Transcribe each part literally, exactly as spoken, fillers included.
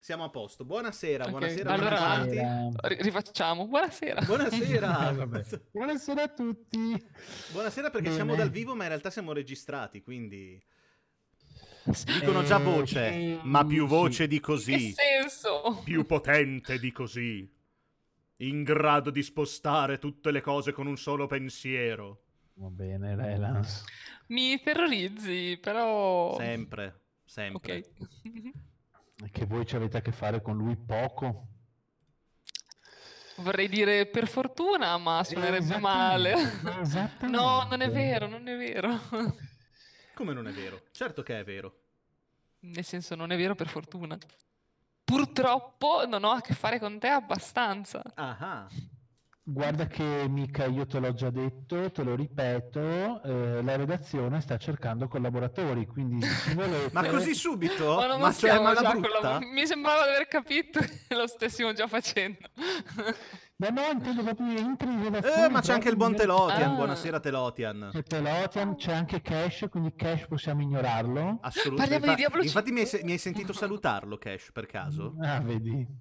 siamo a posto. Buonasera, Ok, buonasera, allora bentrovati. ri- rifacciamo. Buonasera. Buonasera. Vabbè. Buonasera a tutti. Buonasera perché Bene. siamo dal vivo, ma in realtà siamo registrati, quindi Sì. dicono già Eh, voce, sì, ma più voce sì. di In che così, senso? più potente di così, in grado di spostare tutte le cose con un solo pensiero. Va bene, Relance. Mi terrorizzi, però... Sempre, sempre. Ok. Che voi ci avete a che fare con lui poco. Vorrei dire per fortuna, ma suonerebbe male. Esattamente, esattamente. No, non è vero, non è vero. Come non è vero? Certo che è vero. Nel senso, non è vero per fortuna. Purtroppo non ho a che fare con te abbastanza. Ah, Guarda che mica io te l'ho già detto, te lo ripeto, eh, la redazione sta cercando collaboratori, quindi se volete... ma così subito? Ma non Ma cioè, stiamo ma la già brutta? collab- Mi sembrava di aver capito che lo stessimo già facendo. No, no, intendo proprio entri in redazione... Eh, ma c'è anche il buon proprio- Telotian. Ah. Buonasera Telotian. C'è Telotian, c'è anche Cash, quindi Cash possiamo ignorarlo. Assolutamente. Parliamo di Diablo Infatti mi hai, cinque? se- mi hai sentito salutarlo, Cash, per caso? Ah, vedi.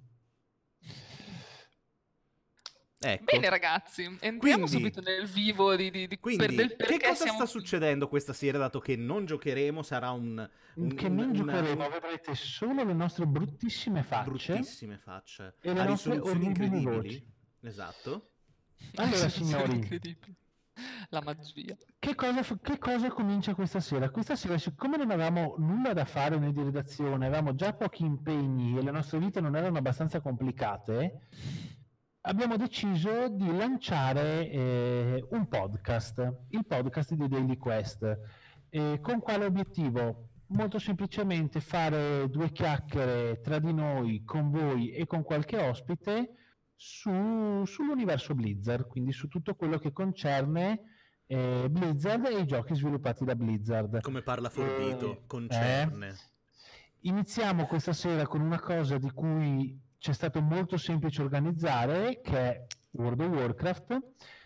Ecco. Bene ragazzi, entriamo Quindi- subito nel vivo di, di, di- Quindi, per, del perché che cosa siamo sta qui. succedendo questa sera, dato che non giocheremo, sarà un... un- Che un- non una- giocheremo, un- vedrete solo le nostre bruttissime facce. bruttissime facce. E le A nostre risoluzioni orribili incredibili. voci. Esatto. Allora, Sono signori. incredibili. La magia. Che cosa, f- che cosa comincia questa sera? Questa sera, siccome non avevamo nulla da fare noi di redazione, avevamo già pochi impegni e le nostre vite non erano abbastanza complicate, abbiamo deciso di lanciare eh, un podcast, il podcast di Daily Quest. Eh, con quale obiettivo? Molto semplicemente fare due chiacchiere tra di noi, con voi e con qualche ospite su- sull'universo Blizzard, quindi su tutto quello che concerne eh, Blizzard e i giochi sviluppati da Blizzard. Come parla Forbito, Eh, concerne. eh. Iniziamo questa sera con una cosa di cui c'è stato molto semplice organizzare, che è World of Warcraft,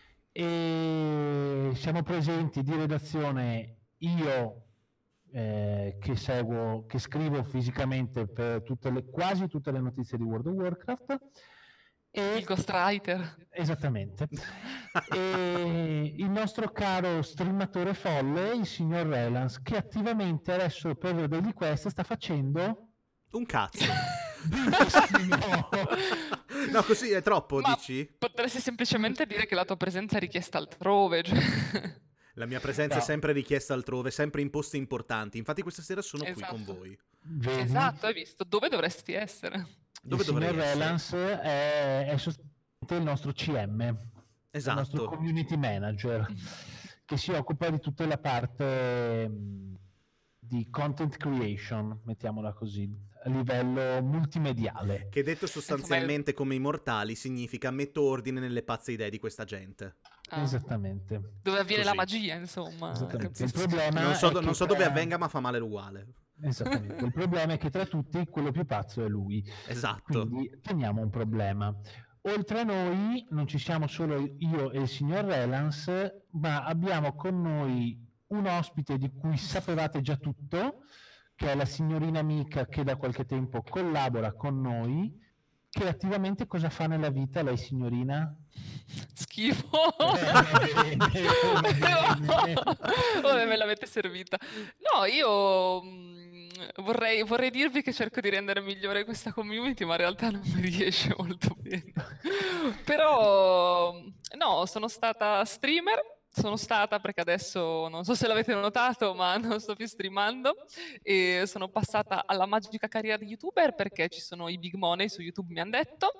e siamo presenti di redazione io eh, che seguo, che scrivo fisicamente per tutte le, quasi tutte le notizie di World of Warcraft. E, Il ghostwriter. esattamente. E il nostro caro streamatore folle, il signor Relance, che attivamente adesso per Daily Quest sta facendo Un cazzo. benissimo. No, così è troppo, Ma dici? potresti semplicemente dire che la tua presenza è richiesta altrove. Cioè... La mia presenza No. è sempre richiesta altrove, sempre in posti importanti. Infatti questa sera sono qui Esatto. con voi. Vedi? Esatto, hai visto? Dove dovresti essere? Dove il signor dovrei essere? Relance è, è sostanzialmente il nostro C M, il Esatto. nostro community manager, che si occupa di tutta la parte mh, di content creation, mettiamola così, a livello multimediale. Che detto sostanzialmente come i mortali significa metto ordine nelle pazze idee di questa gente. Ah, Esattamente. dove avviene Così. la magia, insomma. Esattamente. Il Capisco. problema Non so, è do- che non so dove tra- avvenga, ma fa male uguale. Esattamente. Il problema è che tra tutti quello più pazzo è lui. Esatto. Quindi teniamo un problema. Oltre a noi non ci siamo solo io e il signor Relance, ma abbiamo con noi un ospite di cui sapevate già tutto, che è la signorina amica che da qualche tempo collabora con noi, che attivamente cosa fa nella vita lei, signorina? Schifo. Bene, bene. Ora me l'avete servita. No, io mh, vorrei, vorrei dirvi che cerco di rendere migliore questa community, ma in realtà non mi riesce molto bene. Però, no, sono stata streamer. Sono stata perché adesso non so se l'avete notato, ma non sto più streamando e sono passata alla magica carriera di YouTuber perché ci sono i big money su YouTube, mi hanno detto,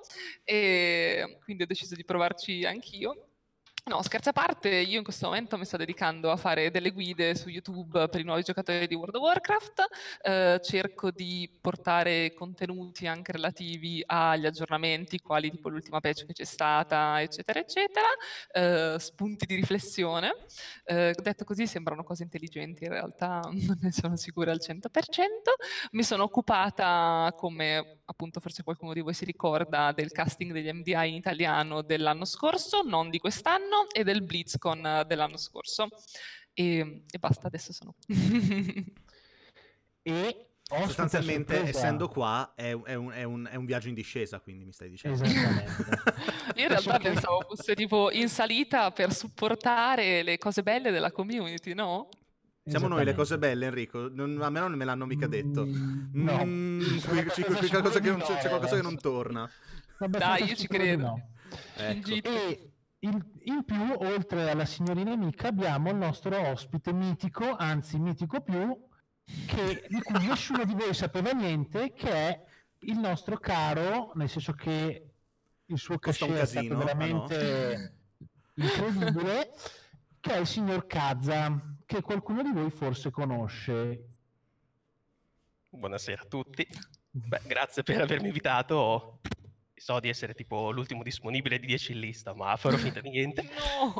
e quindi ho deciso di provarci anch'io. No, scherzi a parte, io in questo momento mi sto dedicando a fare delle guide su YouTube per i nuovi giocatori di World of Warcraft, eh, cerco di portare contenuti anche relativi agli aggiornamenti, quali tipo l'ultima patch che c'è stata, eccetera, eccetera, eh, spunti di riflessione. Eh, detto così sembrano cose intelligenti, in realtà non ne sono sicura al cento per cento. Mi sono occupata, come appunto forse qualcuno di voi si ricorda, del casting degli M D I in italiano dell'anno scorso, non di quest'anno, e del BlizzCon dell'anno scorso. E, e basta, adesso sono qui. E Ospite Sostanzialmente, sorpresa. essendo qua, è, un- è un, è un- è un viaggio in discesa, quindi mi stai dicendo. Esattamente. Io in realtà pensavo fosse tipo in salita per supportare le cose belle della community, no? Siamo noi le cose Esattamente. belle, Enrico. Non- a me non me l'hanno mica detto. Mm, no, Mm, sono qui- qui- abbastanza qui- qualcosa sicuro che di non- no, c'è qualcosa che Alex. non torna. Sono abbastanza Dai, io ci sicuro di credo. no. Ecco. Gingito. E in, in più, oltre alla signorina amica, abbiamo il nostro ospite mitico, anzi mitico più, che, di cui nessuno di voi sapeva niente, che è il nostro caro, nel senso che il suo Costa un cachet è stato casino, ah, veramente incredibile, che è il signor Kazza, che qualcuno di voi forse conosce. Buonasera a tutti. Beh, grazie per avermi invitato. So di essere tipo l'ultimo disponibile di dieci in lista, ma farò finta di niente. No!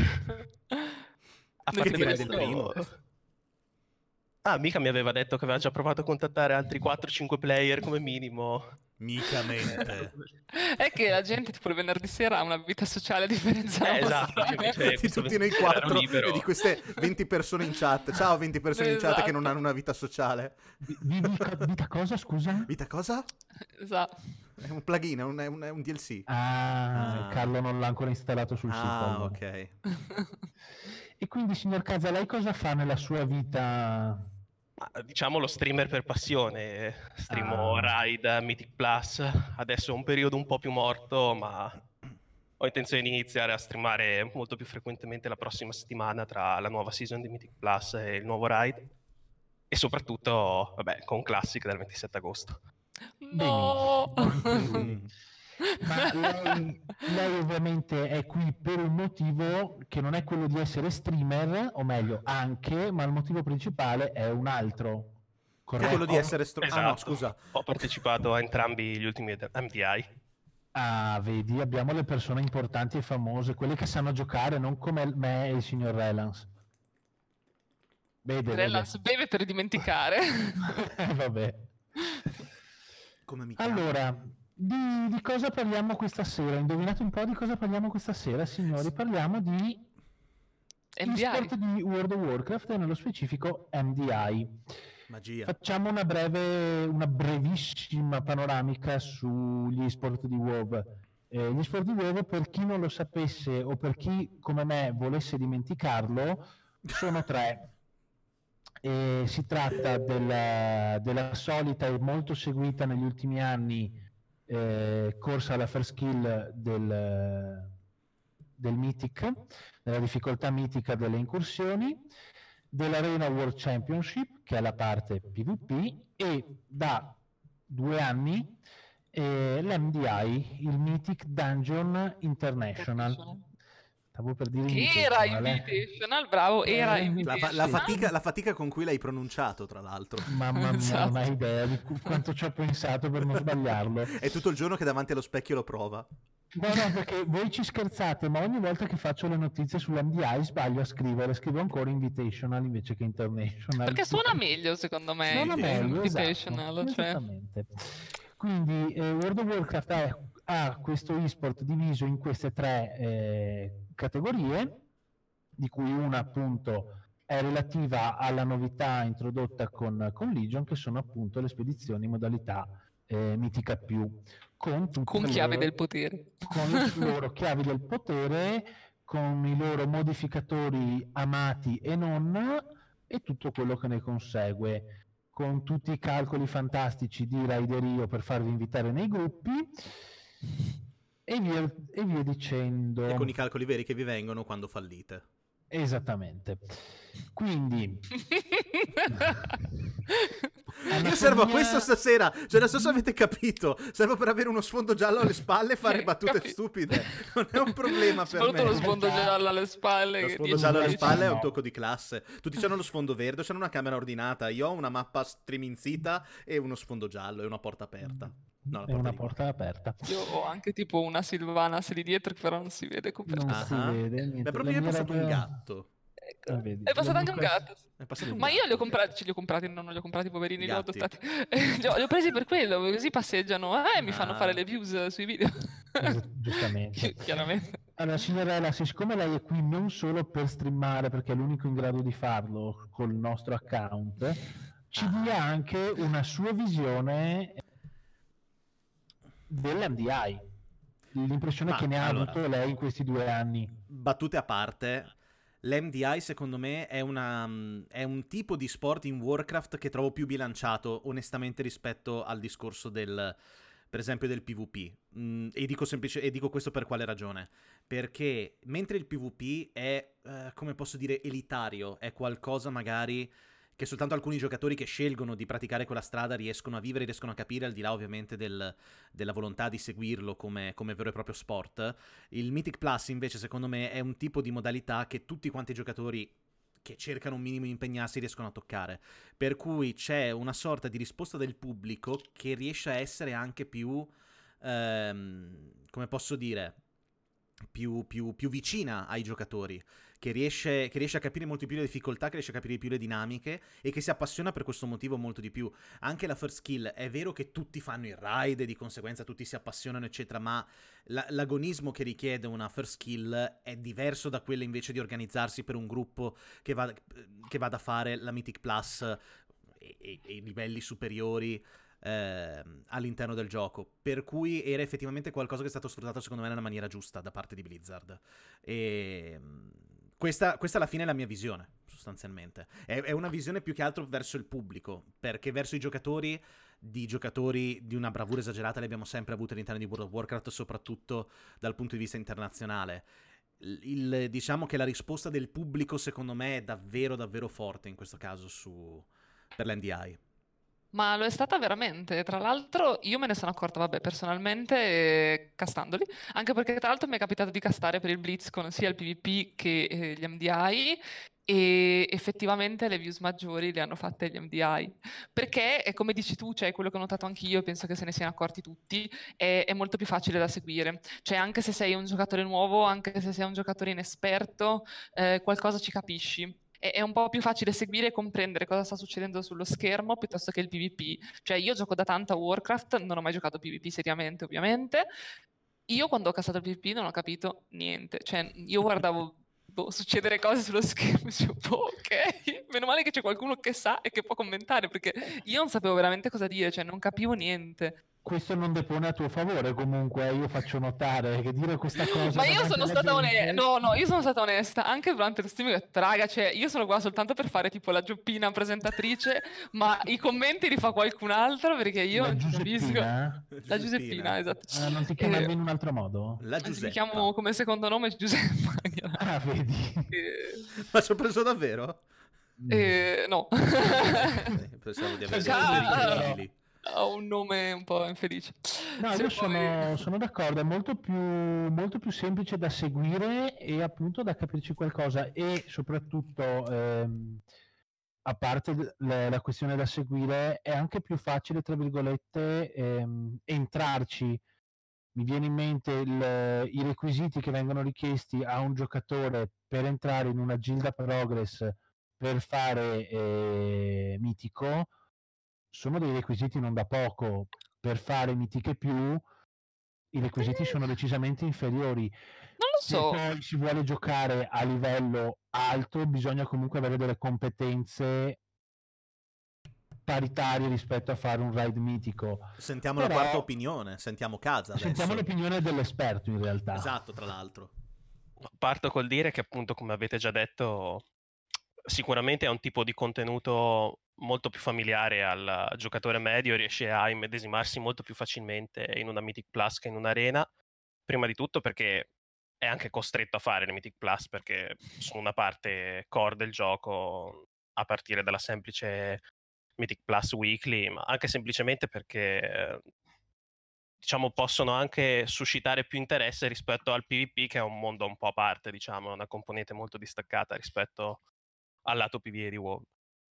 A Non parte ti rende questo... il primo. Ah, mica mi aveva detto che aveva già provato a contattare altri quattro cinque player come minimo. Mica mente. È che la gente tipo il venerdì sera ha una vita sociale a differenza Eh, nostra. esatto, invece- Di questo tutti noi venerdì ero quattro libero. e di queste venti persone in chat. Ciao venti persone in chat che non Esatto. hanno una vita sociale. Vi- Vivi co- vita cosa, scusa? Vita cosa? Esatto. È un plugin, è un, è un- è un D L C. Ah, Ah. Carlo non l'ha ancora installato sul sito. Ah, allora. ok. E quindi, signor Kazza, lei cosa fa nella sua vita? Ma, diciamo lo streamer per passione. Streamo Ah. Raid, Mythic Plus. Adesso è un periodo un po' più morto, ma ho intenzione di iniziare a streamare molto più frequentemente la prossima settimana tra la nuova season di Mythic Plus e il nuovo Raid. E soprattutto, vabbè, con Classic dal ventisette agosto. No! Mm. Ma lei, lei ovviamente è qui per un motivo che non è quello di essere streamer, o meglio, anche, ma il motivo principale è un altro. È Corretto? quello di essere stro- Esatto. Ah no, scusa. Ho partecipato a entrambi gli ultimi M D I. Ah, vedi, abbiamo le persone importanti e famose, quelle che sanno giocare, non come me e il signor Relance. Vede, Relance beve per dimenticare. vede. Vabbè. Come mi chiamo? Allora, di, di cosa parliamo questa sera? Indovinate un po' di cosa parliamo questa sera, signori? Parliamo di M D I. e-sport di World of Warcraft e nello specifico M D I. Magia. Facciamo una breve, una brevissima panoramica sugli e-sport di WoW. Eh, gli e-sport di WoW, per chi non lo sapesse o per chi come me volesse dimenticarlo, sono tre. E si tratta della, della solita e molto seguita negli ultimi anni eh, corsa alla first kill del, del Mythic, della difficoltà mitica delle incursioni, dell'Arena World Championship, che è la parte PvP, e da due anni eh, l'M D I, il Mythic Dungeon International. Stavo per dire Che era Invitational, eh. Invitational, bravo, era Eh, La, Invitational. fa- la fatica, la fatica con cui l'hai pronunciato, tra l'altro. Mamma mia, Esatto. non hai idea di qu- quanto ci ho pensato per non sbagliarlo. È tutto il giorno che davanti allo specchio lo prova. No, no, perché voi ci scherzate, ma ogni volta che faccio le notizie sull'M D I sbaglio a scrivere, scrivo ancora Invitational invece che International. Perché suona meglio secondo me Suona il meglio, Invitational, esatto, cioè. esattamente. Quindi eh, World of Warcraft ha, ha questo esport diviso in queste tre eh, categorie, di cui una appunto è relativa alla novità introdotta con, con Legion, che sono appunto le spedizioni in modalità eh, mitica più, con, tutte Con le chiavi loro- del potere. con le loro chiavi del potere, con i loro modificatori amati e non, e tutto quello che ne consegue, con tutti i calcoli fantastici di Raiderio per farvi invitare nei gruppi, e via, e via dicendo. E con i calcoli veri che vi vengono quando fallite. Esattamente. Quindi Io servo a anatomia- questo stasera, cioè non so se avete capito, servo per avere uno sfondo giallo alle spalle e fare Eh, battute capi- stupide, non è un problema per Soprattutto me. lo sfondo giallo alle spalle. Lo che sfondo dici- giallo alle dieci spalle è no. un tocco di classe. Tutti hanno lo sfondo verde, hanno una camera ordinata. Io ho una mappa striminzita e uno sfondo giallo e una porta aperta. No, la è porta una di qua. porta aperta. Io ho anche tipo una Sylvanas lì dietro che però non si vede coperta. Non Ah, si ah. vede niente. Beh, proprio La io è mia passato un roba- gatto. Ecco. Ah, vedi. È passato La anche un mia- gatto. È passato un Ma io gatto, li ho sì. comprati, ce li ho comprati, no, non li ho comprati poverini, li ho Gatti. adottati. li, ho, li ho presi per quello, così passeggiano eh, e mi fanno Ah. fare le views sui video. Esa- giustamente. Chi- Chiaramente. Allora, signorella, siccome lei è qui non solo per streamare, perché è l'unico in grado di farlo col nostro account, ci Ah. dia anche una sua visione dell'M D I, l'impressione Ma, che ne ha allora, avuto lei in questi due anni. battute a parte, l'M D I secondo me è, una, è un tipo di sport in Warcraft che trovo più bilanciato onestamente rispetto al discorso del, per esempio, del PvP. Mm, e, dico semplice, e dico questo per quale ragione? Perché mentre il PvP è, eh, come posso dire, elitario, è qualcosa magari che soltanto alcuni giocatori che scelgono di praticare quella strada riescono a vivere, riescono a capire, al di là ovviamente del, della volontà di seguirlo come, come vero e proprio sport. Il Mythic Plus invece secondo me è un tipo di modalità che tutti quanti i giocatori che cercano un minimo di impegnarsi riescono a toccare, per cui c'è una sorta di risposta del pubblico che riesce a essere anche più, ehm, come posso dire, più, più, più vicina ai giocatori, che riesce, che riesce a capire molto di più le difficoltà, che riesce a capire di più le dinamiche e che si appassiona per questo motivo molto di più. Anche la first skill, è vero che tutti fanno il raid e di conseguenza tutti si appassionano eccetera, ma la, l'agonismo che richiede una first skill è diverso da quello invece di organizzarsi per un gruppo che va, che vada a fare la Mythic Plus e, e, e i livelli superiori eh, all'interno del gioco, per cui era effettivamente qualcosa che è stato sfruttato secondo me nella maniera giusta da parte di Blizzard. E questa, questa alla fine è la mia visione, sostanzialmente è, è una visione più che altro verso il pubblico, perché verso i giocatori, di giocatori di una bravura esagerata le abbiamo sempre avute all'interno di World of Warcraft, soprattutto dal punto di vista internazionale. Il, diciamo che la risposta del pubblico secondo me è davvero davvero forte in questo caso su, per l'N D I. Ma lo è stata veramente. Tra l'altro, io me ne sono accorta, vabbè, personalmente, eh, castandoli, anche perché tra l'altro mi è capitato di castare per il BlizzCon sia il PvP che eh, gli M D I. E effettivamente le views maggiori le hanno fatte gli M D I. Perché, è come dici tu, cioè quello che ho notato anch'io, e penso che se ne siano accorti tutti, è, è molto più facile da seguire. Cioè, anche se sei un giocatore nuovo, anche se sei un giocatore inesperto, eh, qualcosa ci capisci. È, è un po' più facile seguire e comprendere cosa sta succedendo sullo schermo piuttosto che il PvP. Cioè, io gioco da tanto a Warcraft, non ho mai giocato PvP seriamente, ovviamente. Io quando ho cassato il PvP non ho capito niente. Cioè, io guardavo boh, succedere cose sullo schermo e dicevo, boh, ok, meno male che c'è qualcuno che sa e che può commentare, perché io non sapevo veramente cosa dire, cioè non capivo niente. Questo non depone a tuo favore, comunque, io faccio notare che dire questa cosa Ma io davanti sono alla stata onesta, gente... no, no, io sono stata onesta, anche durante lo streaming ho detto, raga, cioè, io sono qua soltanto per fare tipo la gioppina presentatrice, ma i commenti li fa qualcun altro perché io La non ci capisco. Giuseppina? La Giuseppina, esatto. Eh, non ti chiamavi Eh, in un altro modo? La anzi, mi Giuseppa. chiamo come secondo nome Giuseppa. Ah, vedi? Eh, Ma ci ho preso davvero? eh, no. Eh, pensavo di avere dei Ah, poteri ah, incredibili. Ho un nome un po' infelice. No, Se io poi- sono, sono d'accordo, è molto più, molto più semplice da seguire e appunto da capirci qualcosa e soprattutto, ehm, a parte d- la, la questione da seguire, è anche più facile, tra virgolette, ehm, entrarci. Mi viene in mente il- i requisiti che vengono richiesti a un giocatore per entrare in una Gilda Progress per fare eh, mitico, sono dei requisiti non da poco. Per fare mitiche più, i requisiti sono decisamente inferiori. Non lo Se so. poi si vuole giocare a livello alto, bisogna comunque avere delle competenze paritarie rispetto a fare un raid mitico. Sentiamo Però la quarta opinione, sentiamo Casa adesso. sentiamo l'opinione dell'esperto in realtà. Esatto, tra l'altro. Parto col dire che appunto, come avete già detto, sicuramente è un tipo di contenuto molto più familiare al giocatore medio, riesce a immedesimarsi molto più facilmente in una Mythic Plus che in un'arena, prima di tutto perché è anche costretto a fare le Mythic Plus perché sono una parte core del gioco, a partire dalla semplice Mythic Plus Weekly, ma anche semplicemente perché diciamo possono anche suscitare più interesse rispetto al PvP, che è un mondo un po' a parte, diciamo, è una componente molto distaccata rispetto al lato PvE di WoW.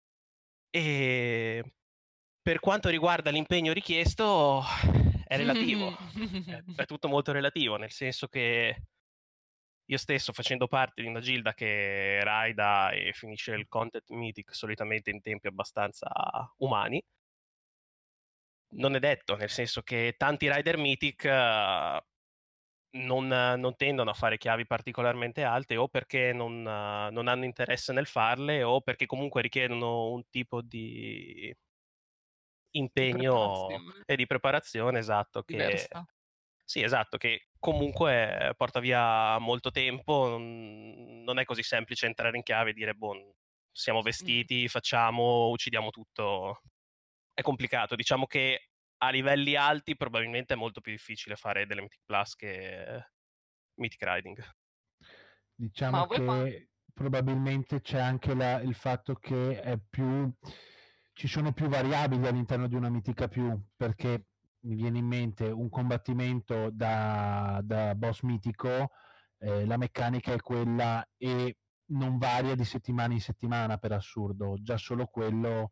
E per quanto riguarda l'impegno richiesto, è relativo, è, è tutto molto relativo, nel senso che io stesso, facendo parte di una gilda che raida e finisce il content mythic solitamente in tempi abbastanza umani, non è detto, nel senso che tanti rider mythic uh, non, non tendono a fare chiavi particolarmente alte, o perché non, non hanno interesse nel farle, o perché comunque richiedono un tipo di impegno Preparazione e di preparazione, esatto, che diversa. sì, esatto, che comunque porta via molto tempo, non, non è così semplice entrare in chiave e dire, boh, siamo Mm. vestiti, facciamo, uccidiamo tutto. È complicato, diciamo che a livelli alti probabilmente è molto più difficile fare delle Mythic Plus che Mythic Riding. Diciamo Ma voi qua- che probabilmente c'è anche la- il fatto che è più, ci sono più variabili all'interno di una mitica più, perché mi viene in mente un combattimento da, da boss mitico, eh, la meccanica è quella e non varia di settimana in settimana, per assurdo. Già solo quello,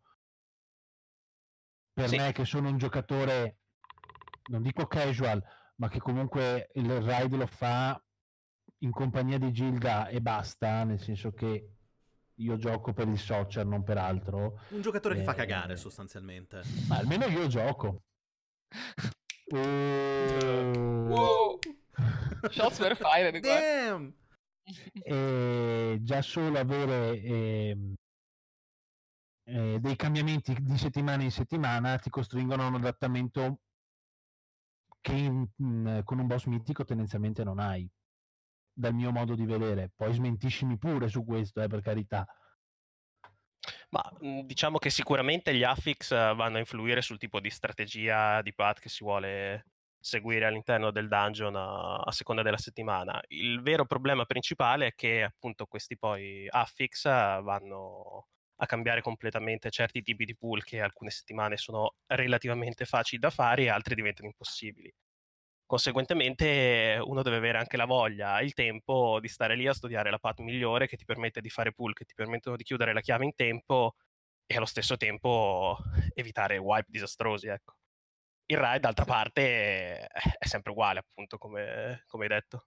per Sì, me che sono un giocatore, non dico casual, ma che comunque il ride lo fa in compagnia di Gilda e basta, nel senso che io gioco per il social, non per altro. Un giocatore che fa cagare, Eh, sostanzialmente. ma almeno io gioco. Oh. Wow. Shots were fired, guarda. Damn! E già solo avere ehm, eh, dei cambiamenti di settimana in settimana ti costringono a un adattamento che in- in- con un boss mitico tendenzialmente non hai, dal mio modo di vedere. Poi smentiscimi pure su questo, eh, per carità. ma mh, diciamo che sicuramente gli affix eh, vanno a influire sul tipo di strategia di path che si vuole seguire all'interno del dungeon a, a seconda della settimana. Il vero problema principale è che appunto questi poi affix eh, vanno a cambiare completamente certi tipi di pool che alcune settimane sono relativamente facili da fare e altre diventano impossibili. Conseguentemente uno deve avere anche la voglia, il tempo di stare lì a studiare la path migliore che ti permette di fare pool, che ti permettono di chiudere la chiave in tempo e allo stesso tempo evitare wipe disastrosi, ecco. Il raid, d'altra parte, è sempre uguale, appunto, come, come hai detto.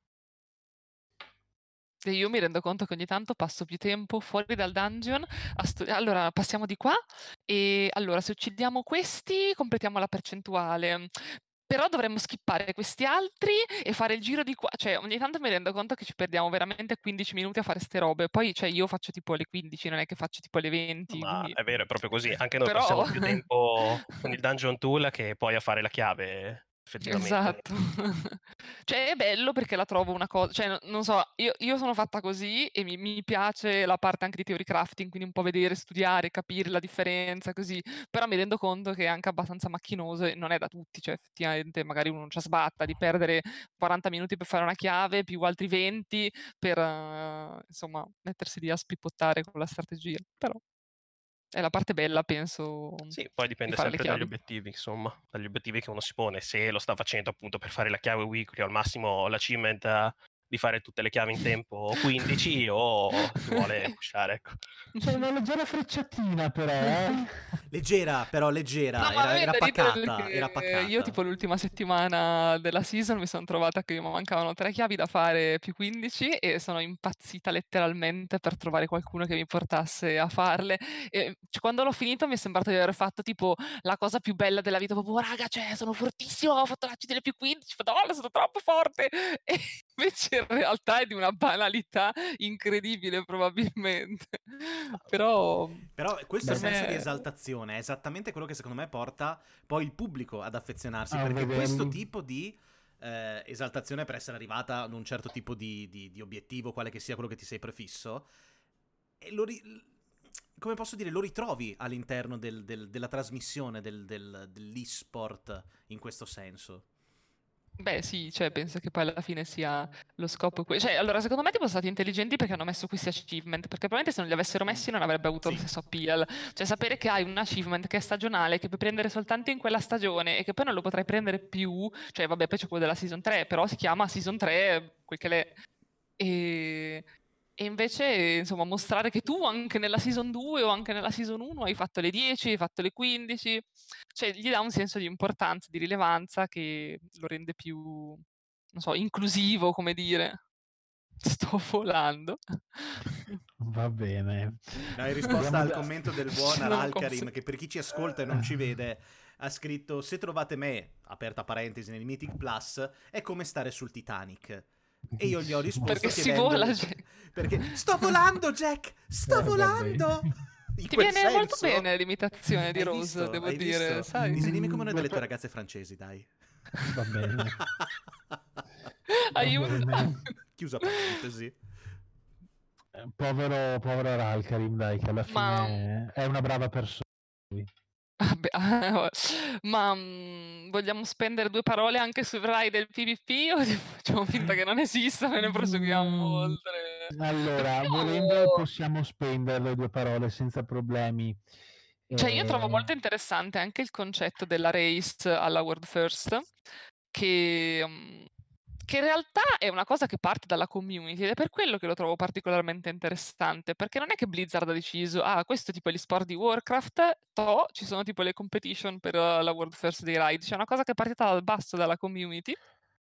E io mi rendo conto che ogni tanto passo più tempo fuori dal dungeon a studiare. Allora, passiamo di qua e allora, se uccidiamo questi, completiamo la percentuale. Però dovremmo skippare questi altri e fare il giro di qua. Cioè, ogni tanto mi rendo conto che ci perdiamo veramente quindici minuti a fare ste robe. Poi, cioè, io faccio tipo le quindici, non è che faccio tipo le venti, Ma quindi... è vero, è proprio così. Anche noi Però... passiamo più tempo con il dungeon tool che poi a fare la chiave, effettivamente. Esatto. Cioè è bello perché la trovo una cosa, cioè no- non so, io, io sono fatta così e mi, mi piace la parte anche di theory crafting, quindi un po' vedere, studiare, capire la differenza, così, però mi rendo conto che è anche abbastanza macchinoso e non è da tutti, cioè effettivamente magari uno non ci sbatta di perdere quaranta minuti per fare una chiave più altri venti per, eh, insomma, mettersi lì a spippottare con la strategia, però è la parte bella, penso, Sì, poi di dipende fare le sempre dagli chiavi. obiettivi, insomma, dagli obiettivi che uno si pone. Se lo sta facendo appunto per fare la chiave weekly o al massimo l'achievement eh, di fare tutte le chiavi in tempo quindici o si vuole pushare, ecco. C'è una leggera frecciatina però, eh. Leggera, però No, leggera. ma a Era, me era da ridere pacata, era perché io pacata. tipo l'ultima settimana della season mi sono trovata che mi mancavano tre chiavi da fare più quindici e sono impazzita letteralmente per trovare qualcuno che mi portasse a farle. E cioè, quando l'ho finito mi è sembrato di aver fatto tipo la cosa più bella della vita, proprio "Oh, raga, cioè sono fortissimo, ho fatto la C delle più quindici, madonna, sono troppo forte". E invece in realtà è di una banalità incredibile probabilmente. Però Però questo per Beh, senso di me... esaltazione è esattamente quello che secondo me porta poi il pubblico ad affezionarsi, a perché questo vederli. tipo di eh, esaltazione per essere arrivata ad un certo tipo di, di- di obiettivo, quale che sia quello che ti sei prefisso, e lo ri- come posso dire, lo ritrovi all'interno del- del- della trasmissione del, del- dell'e-sport in questo senso. Beh, sì, cioè penso che poi alla fine sia lo scopo que- Cioè, allora, secondo me tipo sono stati intelligenti perché hanno messo questi achievement, perché probabilmente se non li avessero messi non avrebbe avuto lo Sì. stesso appeal. Cioè, sapere che hai un achievement che è stagionale, che puoi prendere soltanto in quella stagione e che poi non lo potrai prendere più, cioè, vabbè, poi c'è quello della season tre, però si chiama season tre, quel che l'è. E... e invece, insomma, mostrare che tu anche nella season due o anche nella season uno hai fatto le dieci, hai fatto le quindici, cioè gli dà un senso di importanza, di rilevanza che lo rende più, non so, inclusivo, come dire. Sto volando. Va bene. No, in risposta Abbiamo al da- commento del buon Non lo Alkarim, consiglio. che per chi ci ascolta e non ci vede, ha scritto: se trovate me, aperta parentesi, nel Mythic Plus, è come stare sul Titanic. E io gli ho risposto Perché si chiedendogli- vola, Jack. perché sto volando, Jack! Sto Eh, vabbè. volando! In Ti quel viene molto senso. bene l'imitazione di Hai Rose, visto? devo Hai dire, visto? sai? Disegnimi come una Mm, delle tue per- ragazze francesi, dai. Va bene. Aiuto. bene. Chiusa parentesi. Eh, Povero, povero Ralkarim, dai, che alla Ma fine è una brava persona. lui. Vabbè, ma mm, vogliamo spendere due parole anche sul Rai del PvP o tipo facciamo finta che non esista e ne proseguiamo Mm, oltre? Allora, Perché volendo io, possiamo spenderle due parole senza problemi. cioè io trovo Eh, molto interessante anche il concetto della race alla World First, che, mm, che in realtà è una cosa che parte dalla community ed è per quello che lo trovo particolarmente interessante, perché non è che Blizzard ha deciso, ah, questo è tipo gli sport di Warcraft, to, ci sono tipo le competition per uh, la World First dei raid, cioè è una cosa che è partita dal basso dalla community.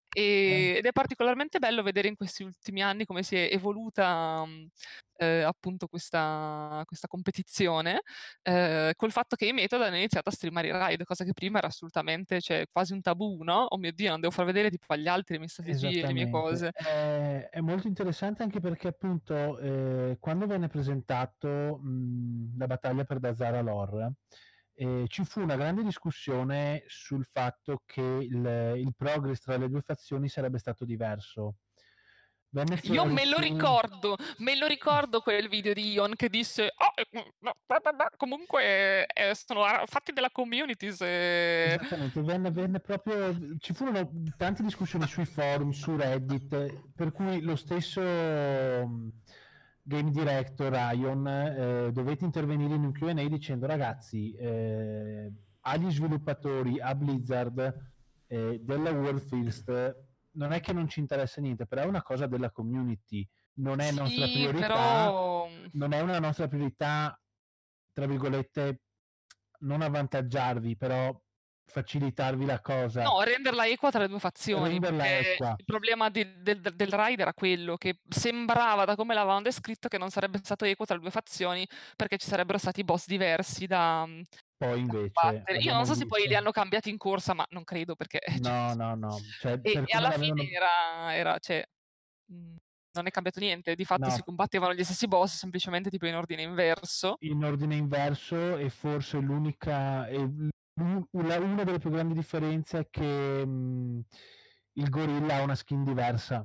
E- ed è particolarmente bello vedere in questi ultimi anni come si è evoluta mh, eh, appunto questa, questa competizione, eh, col fatto che i Method hanno iniziato a streamare i raid, cosa che prima era assolutamente, cioè, quasi un tabù, no? Oh mio Dio, non devo far vedere tipo agli altri le mie strategie, le mie Esattamente. cose. È, è molto interessante anche perché appunto eh, quando venne presentato mh, la battaglia per Dazara Lore, eh, ci fu una grande discussione sul fatto che il, il progress tra le due fazioni sarebbe stato diverso. Venne Io fuori me lo su... ricordo, me lo ricordo quel video di Ion che disse, "Oh, eh, mm, no, beh, beh, beh, comunque eh, sono ah, fatti della community se... Esattamente, venne, venne proprio, ci furono tante discussioni sui forum, su Reddit, per cui lo stesso mh, game director Ion eh, dovette intervenire in un Q and A dicendo ragazzi, eh, agli sviluppatori, a Blizzard eh, della World First, non è che non ci interessa niente, però è una cosa della community, non è nostra Sì, priorità, però... non è una nostra priorità, tra virgolette, non avvantaggiarvi, però facilitarvi la cosa, No, renderla equa tra le due fazioni, renderla perché equa. il problema di- del, del raid era quello, che sembrava da come l'avevano descritto che non sarebbe stato equo tra le due fazioni, perché ci sarebbero stati boss diversi da, Poi da invece combattere. Io non abbiamo so se poi li visto, hanno cambiati in corsa, ma non credo perché... cioè, no, no, no, cioè e, per e come alla fine l'avevano, era, era cioè, mh, non è cambiato niente, di fatto si no, combattevano gli stessi boss, semplicemente tipo in ordine inverso. in ordine inverso e forse l'unica, e l'u- la- una delle più grandi differenze è che mh, il gorilla ha una skin diversa,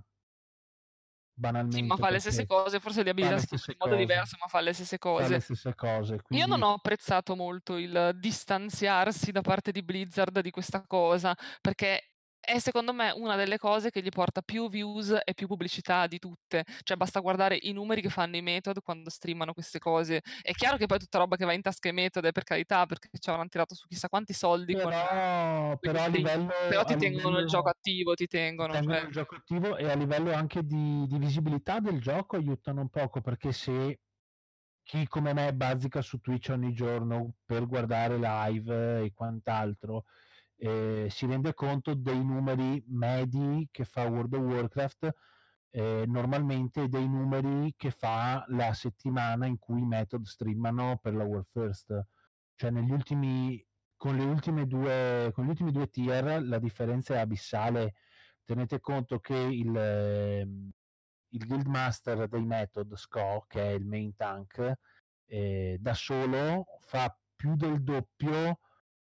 Sì, ma banalmente, fa le stesse perché cose, forse le fa abilità le si chiamano stesse in modo cose, diverso, ma fa le stesse fa le cose. stesse cose, Io non quindi ho apprezzato molto il distanziarsi da parte di Blizzard di questa cosa, perché è secondo me una delle cose che gli porta più views e più pubblicità di tutte. Cioè basta guardare i numeri che fanno i Method quando streamano queste cose. È chiaro che poi è tutta roba che va in tasca ai Method, è per carità, perché ci avranno tirato su chissà quanti soldi con però, quegli però a stream. Però livello, a ti tengono il gioco livello attivo, ti ti tengono, tengono cioè... il gioco attivo e a livello anche di, di visibilità del gioco aiutano un poco perché se chi come me bazzica su Twitch ogni giorno per guardare live e quant'altro eh, si rende conto dei numeri medi che fa World of Warcraft eh, normalmente dei numeri che fa la settimana in cui i Method streamano per la World First, cioè negli ultimi con le ultime due con gli ultimi due tier la differenza è abissale. Tenete conto che il, ehm, il Guildmaster dei Method Sco, che è il main tank, eh, da solo fa più del doppio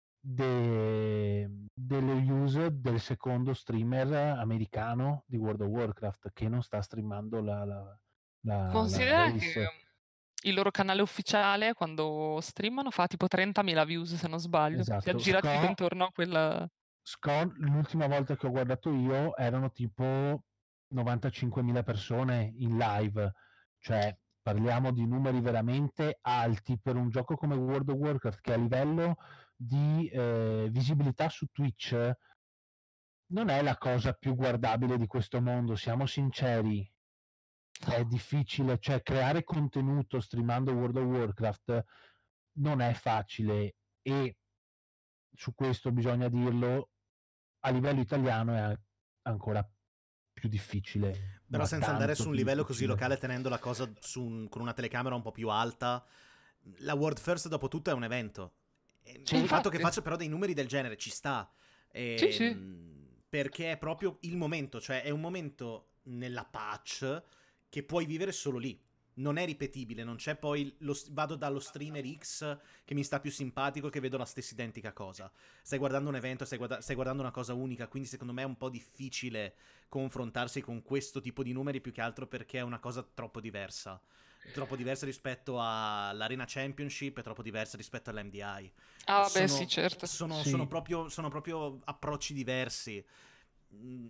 de- delle use del secondo streamer americano di World of Warcraft che non sta streamando la, la, la, la Considera che race. il loro canale ufficiale, quando streamano, fa tipo trentamila views, se non sbaglio. Si Esatto. aggira tipo Sco, intorno a quella... Sco, l'ultima volta che ho guardato io erano tipo novantacinquemila persone in live, cioè parliamo di numeri veramente alti per un gioco come World of Warcraft che a livello di eh, visibilità su Twitch non è la cosa più guardabile di questo mondo, siamo sinceri. È difficile, cioè creare contenuto streamando World of Warcraft non è facile e su questo bisogna dirlo, a livello italiano è ancora più difficile. Però ma senza tanto andare su un più livello così difficile. locale, tenendo la cosa su un- con una telecamera un po' più alta, la World First dopo tutto è un evento. E Sì. il fatto che Infatti. faccia però dei numeri del genere ci sta. Sì, sì. Ehm, Perché è proprio il momento, cioè è un momento nella patch che puoi vivere solo lì. Non è ripetibile, non c'è poi lo, vado dallo streamer X che mi sta più simpatico che vedo la stessa identica cosa. Stai guardando un evento, stai, guarda- stai guardando una cosa unica, quindi secondo me è un po' difficile confrontarsi con questo tipo di numeri, più che altro perché è una cosa troppo diversa. Troppo diversa rispetto all'Arena Championship e troppo diversa rispetto all'M D I. Ah, beh, Sono, sì, certo. sono, Sì. sono proprio, sono proprio approcci diversi. Mm,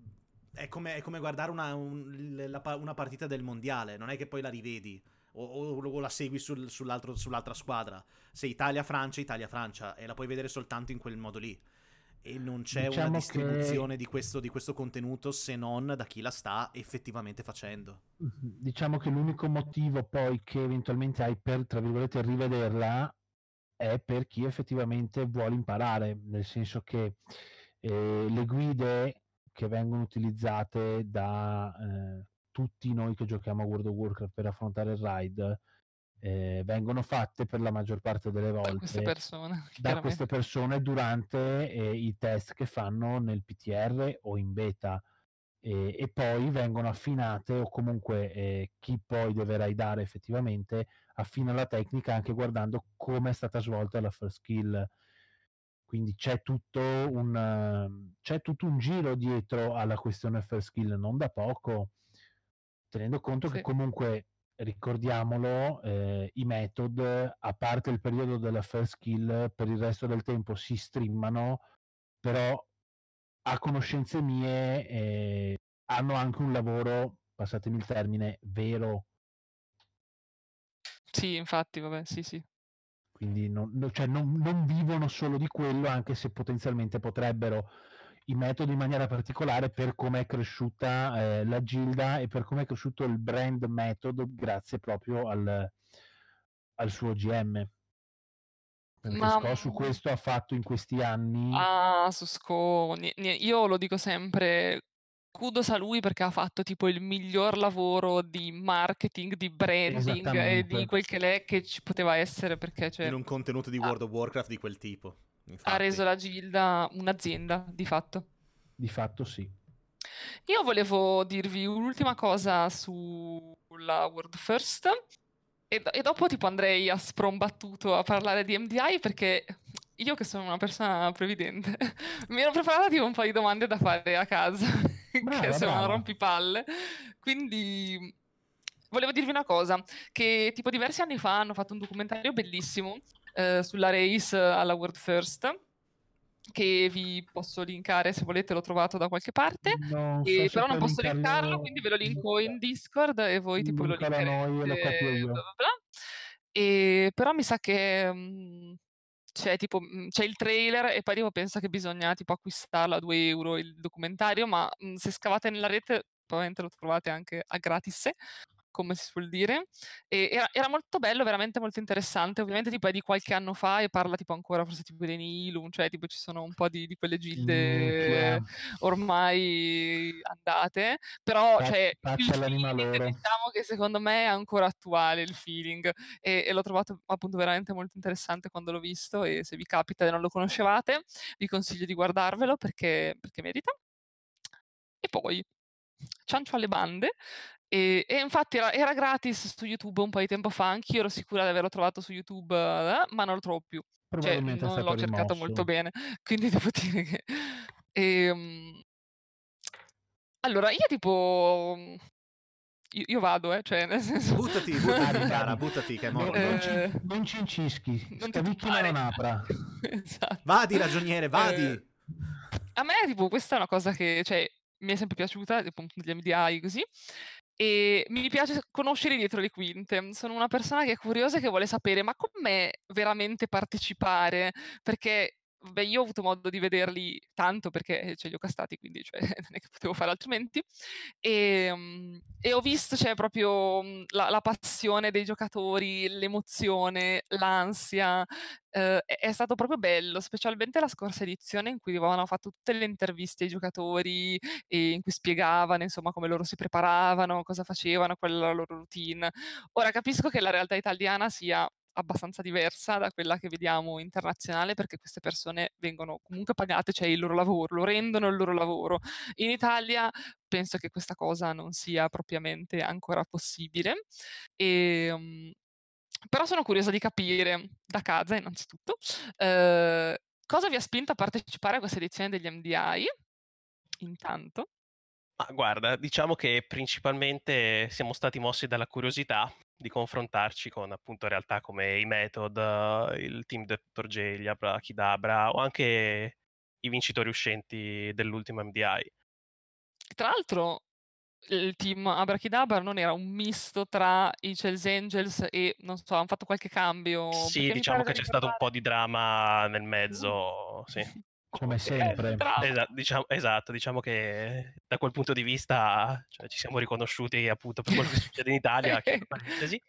È come, è come guardare una, un- la pa- una partita del mondiale, non è che poi la rivedi o, o- o la segui sul- sull'altro- sull'altra squadra. Se Italia-Francia, Italia-Francia, e la puoi vedere soltanto in quel modo lì. E non c'è una Diciamo distribuzione che di questo, di questo contenuto se non da chi la sta effettivamente facendo. diciamo che l'unico motivo poi che eventualmente hai per, tra virgolette, rivederla è per chi effettivamente vuole imparare, nel senso che eh, le guide che vengono utilizzate da eh, tutti noi che giochiamo a World of Warcraft per affrontare il raid eh, vengono fatte per la maggior parte delle Da queste volte persone, da chiaramente. queste persone durante eh, i test che fanno nel P T R o in beta. E, e poi vengono affinate, o comunque eh, chi poi deve raidare effettivamente affina la tecnica anche guardando come è stata svolta la first kill. Quindi c'è tutto un uh, c'è tutto un giro dietro alla questione first kill, non da poco, tenendo conto Sì. che comunque ricordiamolo, eh, i method, a parte il periodo della first kill, per il resto del tempo si streamano, però a conoscenze mie eh, hanno anche un lavoro, passatemi il termine, vero. Sì, infatti, vabbè, sì, sì. Quindi non, no- cioè non, non vivono solo di quello, anche se potenzialmente potrebbero, i metodi in maniera particolare per come è cresciuta eh, la Gilda e per come è cresciuto il brand metodo grazie proprio al, al suo G M. Perché Ma Sco su questo ha fatto in questi anni ah, su Sco, ni- ni- io lo dico sempre, kudos a lui perché ha fatto tipo il miglior lavoro di marketing, di branding e di esattamente. quel che l'è che ci poteva essere perché cioè, In un contenuto di ha, World of Warcraft di quel tipo, ha infatti. reso la Gilda un'azienda, di fatto. Di fatto sì. Io volevo dirvi un'ultima cosa sulla World First e, do- e dopo tipo andrei a sprombattuto a parlare di M D I perché io che sono una persona previdente mi ero preparata tipo un po' di domande da fare a casa che Brava, sono una brava. rompipalle. Quindi volevo dirvi una cosa, che tipo diversi anni fa hanno fatto un documentario bellissimo eh, sulla race alla World First che vi posso linkare se volete, l'ho trovato da qualche parte, Non so e se però non puoi posso linkarlo, linkarlo, quindi ve lo linko in Discord e voi tipo ve lo linkalo a noi e lo copio linkerete, bla io. bla bla. E però mi sa che mh, c'è tipo mh, c'è il trailer e poi tipo pensa che bisogna tipo acquistarlo a due euro il documentario, ma mh, se scavate nella rete probabilmente lo trovate anche a gratis, come si suol dire. E era, era molto bello, veramente molto interessante. Ovviamente tipo è di qualche anno fa e parla tipo ancora forse tipo dei Nihilum, cioè tipo ci sono un po' di, di quelle Minchia, gilde ormai andate, però Pa- cioè il paccia all'anima feeling loro. diciamo che secondo me è ancora attuale il feeling e, e l'ho trovato appunto veramente molto interessante quando l'ho visto e se vi capita e non lo conoscevate vi consiglio di guardarvelo perché, perché merita. E poi ciancio alle bande e, e infatti era, era gratis su YouTube un po' di tempo fa, anch'io ero sicura di averlo trovato su YouTube, eh, ma non lo trovo più. Cioè, Probabilmente è non stato l'ho cercato molto rimosso. bene, quindi devo dire che... Ehm, allora, io tipo... Io, io vado, eh, cioè, nel senso... Buttati, buttati, Vadi, cara, vadi. buttati, che è No- morbido. non, ci, Eh, non ci incischi, non ti scavicchi ma non turbare. apra. Esatto. Vadi, ragioniere, vadi! Eh, a me, tipo, questa è una cosa che, cioè, mi è sempre piaciuta, tipo, gli M D I così, e mi piace conoscere dietro le quinte. Sono una persona che è curiosa e che vuole sapere, ma com'è veramente partecipare? Perché beh, io ho avuto modo di vederli tanto perché ce li ho castati, quindi cioè, non è che potevo fare altrimenti. E, mm, e ho visto cioè, proprio mm, la, la passione dei giocatori, l'emozione, l'ansia. Eh, è, è stato proprio bello, specialmente la scorsa edizione in cui avevano fatto tutte le interviste ai giocatori e in cui spiegavano insomma come loro si preparavano, cosa facevano, qual era la loro routine. Ora capisco che la realtà italiana sia abbastanza diversa da quella che vediamo internazionale perché queste persone vengono comunque pagate, cioè il loro lavoro, lo rendono il loro lavoro. In Italia penso che questa cosa non sia propriamente ancora possibile. E, um, però sono curiosa di capire da casa, innanzitutto, eh, cosa vi ha spinto a partecipare a questa edizione degli M D I? Intanto. Ma guarda, diciamo che principalmente siamo stati mossi dalla curiosità di confrontarci con appunto realtà come i Method, eh, il team dottor J, gli Abrachidabra o anche i vincitori uscenti dell'ultimo M D I. Tra l'altro il team Abrachidabra non era un misto tra i Hells Angels e, non so, hanno fatto qualche cambio? Sì, Perché mi diciamo pare che di c'è stato un po' ricordare... di dramma nel Mm. mezzo, sì. Come Ok, sempre. bravo. Esa- diciamo, esatto, diciamo che da quel punto di vista cioè, ci siamo riconosciuti appunto per quello che succede in Italia, chiudo parentesi.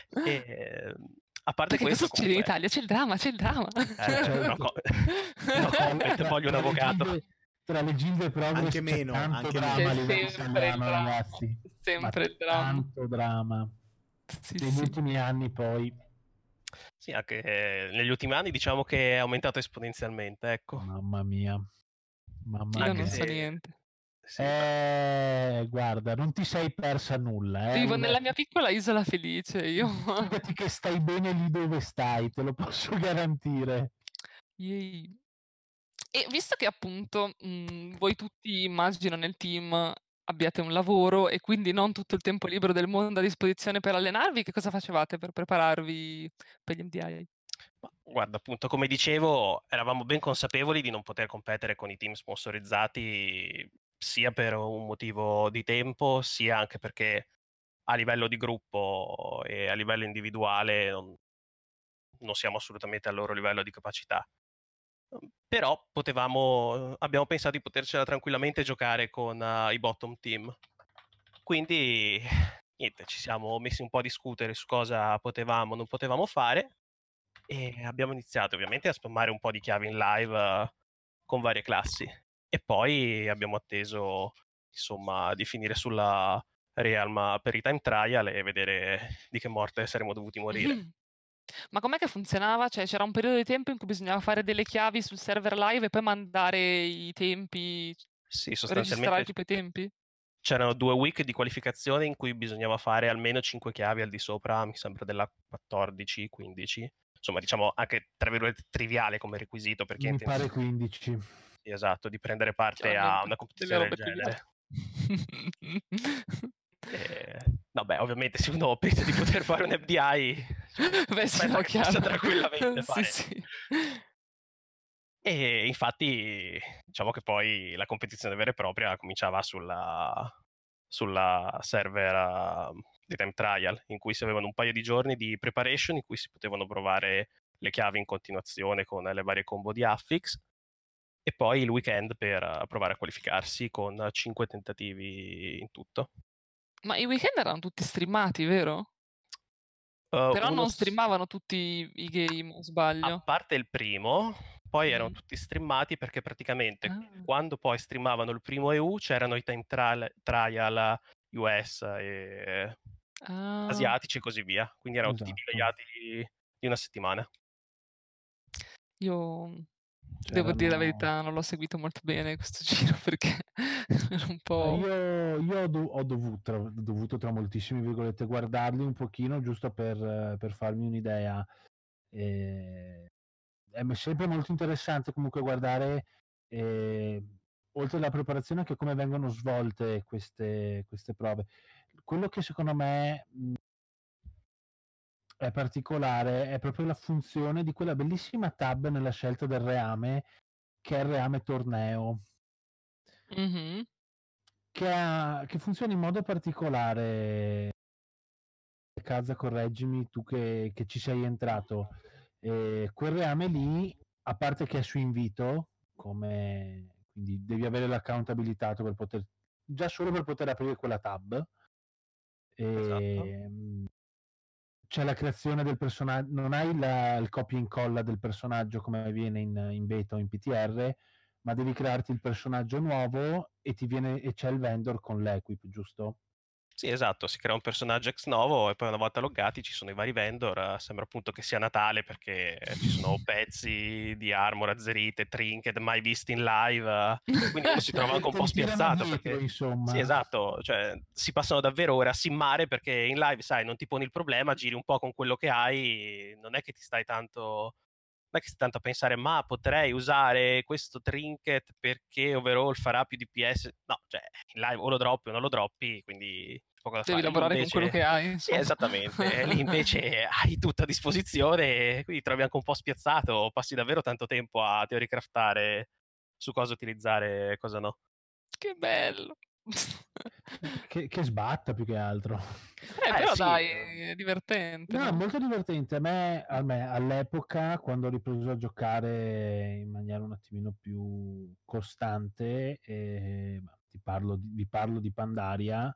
E, a parte Perché cosa questo, succede in comunque, Italia? C'è il dramma, c'è il dramma. eh, Cioè, no, co- no, tra, ovviamente tra- voglio un tra le avvocato. gilde, tra le gilde progress Anche c'è meno, tanto anche dramma a meno. C'è livello sempre il italiano, dramma, ragazzi. sempre Ma il dramma. tanto dramma. Sì, Negli sì. ultimi anni poi, Sì, anche eh, negli ultimi anni diciamo che è aumentato esponenzialmente, ecco. mamma mia, mamma Io Anche non mia. so se niente. sì, Eh, guarda, non ti sei persa nulla, eh. Vivo Una- nella mia piccola isola felice, io. Fidati che stai bene lì dove stai, te lo posso garantire. Yay. E visto che appunto mh, voi tutti, immagino, nel team abbiate un lavoro e quindi non tutto il tempo libero del mondo a disposizione per allenarvi, che cosa facevate per prepararvi per gli M D I? Ma guarda, appunto, come dicevo, eravamo ben consapevoli di non poter competere con i team sponsorizzati sia per un motivo di tempo, sia anche perché a livello di gruppo e a livello individuale non, non siamo assolutamente al loro livello di capacità. Però potevamo, abbiamo pensato di potercela tranquillamente giocare con uh, i bottom team. Quindi, niente, ci siamo messi un po' a discutere su cosa potevamo o non potevamo fare e abbiamo iniziato ovviamente a spammare un po' di chiavi in live uh, con varie classi. E poi abbiamo atteso, insomma, di finire sulla Realm per i time trial e vedere di che morte saremmo dovuti morire. Ma com'è che funzionava? Cioè, c'era un periodo di tempo in cui bisognava fare delle chiavi sul server live e poi mandare i tempi, Sì, registrare sostanzialmente tipo i tempi? c'erano due week di qualificazione in cui bisognava fare almeno cinque chiavi al di sopra, mi sembra della quattordici quindici. Insomma, diciamo anche tra virgolette triviale come requisito per chi ha Mi pare intenzione. quindici. Sì, esatto, di prendere parte a Chiaramente, una delle competizione del robe così. genere. E, vabbè, ovviamente se uno pensa di poter fare un M D I, cioè, Beh, sì, pensa no, che possa chiaro. tranquillamente Sì, fare. sì. E infatti, diciamo che poi la competizione vera e propria cominciava sulla, sulla server uh, di time trial, in cui si avevano un paio di giorni di preparation in cui si potevano provare le chiavi in continuazione con le varie combo di Affix e poi il weekend per uh, provare a qualificarsi con cinque tentativi in tutto. Ma i weekend erano tutti streamati, vero? Uh, Però uno non s- streamavano tutti i game, o a sbaglio? parte il primo, poi erano Mm. tutti streamati perché praticamente Ah. quando poi streamavano il primo E U c'erano i time trial, trial U S e Ah. asiatici e così via, quindi erano tutti Esatto. delayati di una settimana. Io devo dire la C'erano... verità, non l'ho seguito molto bene questo giro perché ero un Eh, po'... Io, io ho, do- ho dovuto, tra, dovuto, tra moltissime virgolette, guardarli un pochino giusto per, eh, per farmi un'idea. E è sempre molto interessante comunque guardare, eh, oltre alla preparazione, che come vengono svolte queste, queste prove. Quello che secondo me mh, è particolare è proprio la funzione di quella bellissima tab nella scelta del reame, che è il reame torneo. Mhm. Che, ha, che funziona in modo particolare. Casa, correggimi tu che, che ci sei entrato. Eh, quel reame lì a parte che è su invito, come quindi devi avere l'account abilitato per poter, già solo per poter aprire quella tab. Esatto. E, c'è la creazione del personaggio, non hai la, il copia e incolla del personaggio come avviene in, in beta o in P T R, ma devi crearti il personaggio nuovo e ti viene e c'è il vendor con l'equip, giusto? Sì, esatto, si crea un personaggio ex novo e poi una volta loggati ci sono i vari vendor. eh, Sembra appunto che sia Natale perché ci sono pezzi di armor azzerite, trinket mai visti in live, eh, quindi uno si trova anche un Te po' li tirano spiazzato dietro, perché... insomma. Sì, esatto, cioè si passano davvero ore a simmare perché in live, sai, non ti poni il problema, giri un po' con quello che hai, non è che ti stai tanto... Non è che stai tanto a pensare, ma potrei usare questo trinket perché overall farà più D P S. No, cioè, in live o lo droppi o non lo droppi, quindi poco da Devi fare. Lì lavorare con quello invece, che hai, sì, insomma. esattamente, lì invece hai tutto a disposizione, e quindi trovi anche un po' spiazzato, passi davvero tanto tempo a teoricraftare su cosa utilizzare e cosa no. Che bello. che, che sbatta più che altro. Eh, Eh però sì, dai, eh, è divertente, No, è no? molto divertente. A me, a me all'epoca, quando ho ripreso a giocare in maniera un attimino più costante, eh, ti parlo di, vi parlo di Pandaria,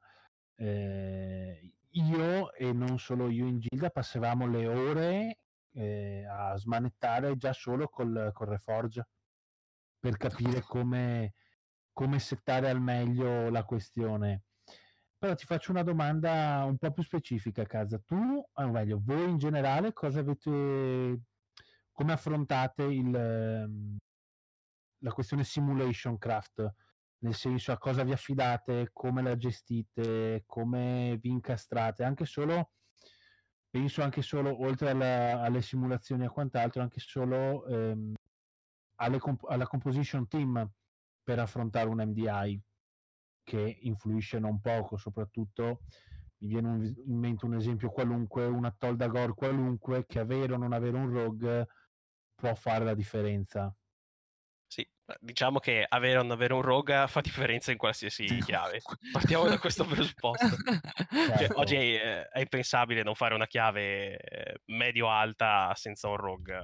eh, io e non solo io in Gilda passavamo le ore eh, a smanettare già solo col, col Reforge per capire come, come settare al meglio la questione. Però ti faccio una domanda un po' più specifica a casa. Tu, o meglio, voi in generale, cosa avete, come affrontate il, ehm, la questione simulation craft? Nel senso, a cosa vi affidate, come la gestite, come vi incastrate, anche solo, penso anche solo, oltre alla, alle simulazioni e quant'altro, anche solo ehm, alle comp- alla composition team per affrontare un M D I che influisce non poco, soprattutto mi viene un, in mente un esempio qualunque, una Toldagor qualunque, che avere o non avere un rogue può fare la differenza. sì, diciamo che avere o non avere un rogue fa differenza in qualsiasi chiave. Partiamo da questo presupposto. Cioè, Certo. oggi è, è impensabile non fare una chiave eh, medio-alta senza un rogue.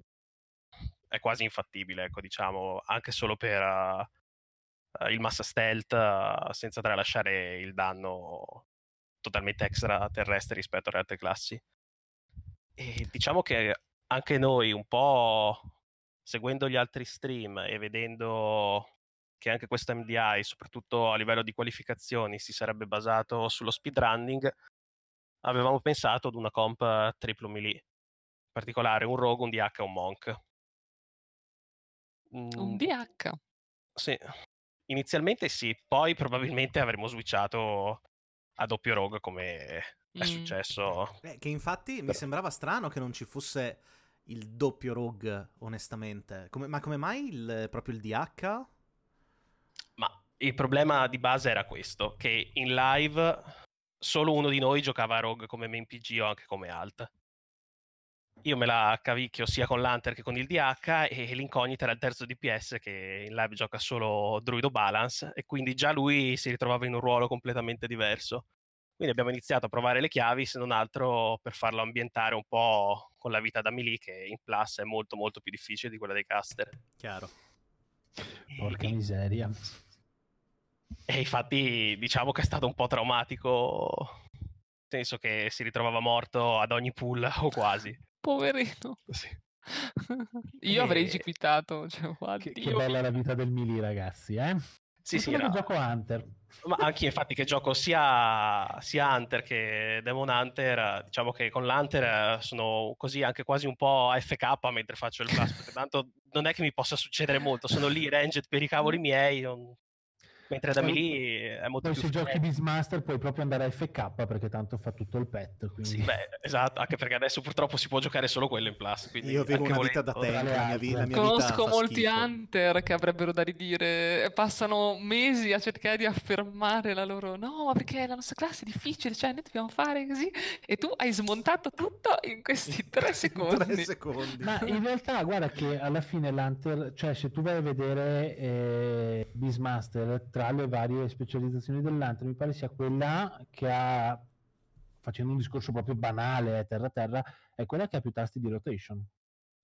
È quasi infattibile, ecco, diciamo, anche solo per uh, il massa stealth, uh, senza tralasciare il danno totalmente extraterrestre rispetto alle altre classi. E diciamo che anche noi, un po' seguendo gli altri stream e vedendo che anche questo M D I, soprattutto a livello di qualificazioni, si sarebbe basato sullo speedrunning, avevamo pensato ad una comp triplo melee, in particolare un rogue, un D H e un monk. Un Mm, D H. sì, inizialmente sì, poi probabilmente avremmo switchato a doppio rogue come è Mm. successo. Eh, che infatti mi Però- sembrava strano che non ci fosse il doppio rogue, onestamente. Come- ma come mai il- proprio il D H? Ma il problema di base era questo, che in live solo uno di noi giocava a rogue come main P G o anche come alt. Io me la cavicchio sia con l'Hunter che con il D H e l'incognita era il terzo D P S che in live gioca solo Druido Balance e quindi già lui si ritrovava in un ruolo completamente diverso. Quindi abbiamo iniziato a provare le chiavi, se non altro per farlo ambientare un po' con la vita da melee che in plus è molto molto più difficile di quella dei caster. Chiaro. Porca E, miseria. e infatti diciamo che è stato un po' traumatico, nel senso che si ritrovava morto ad ogni pull o quasi. Poverino. Sì. Io avrei E... gipitato, cioè, Che, che addio. bella la vita del melee, ragazzi, eh? Sì, sì, Fortuna che era... gioco Hunter. Ma anche io infatti che gioco sia, sia Hunter che Demon Hunter, diciamo che con l'Hunter sono così anche quasi un po' A F K mentre faccio il blast, perché tanto non è che mi possa succedere molto, sono lì ranged per i cavoli miei, non... mentre da Poi, melee è molto poi più se giochi frenetic. Beastmaster puoi proprio andare a F K perché tanto fa tutto il pet, Sì, quindi beh, esatto, anche perché adesso purtroppo si può giocare solo quello in plus, quindi Io vivo anche una vita da volendo... Tra tank, le la mia, vi- altre. la mia vita Conosco fa molti schifo. hunter che avrebbero da ridire, passano mesi a cercare di affermare la loro no, ma perché la nostra classe è difficile, cioè noi dobbiamo fare così e tu hai smontato tutto in questi tre Tre secondi. secondi. Ma in realtà guarda che alla fine l'Hunter, cioè se tu vai a vedere eh, Beastmaster, tra le varie specializzazioni dell'Hunter mi pare sia quella che ha, facendo un discorso proprio banale, eh, terra terra, è quella che ha più tasti di rotation.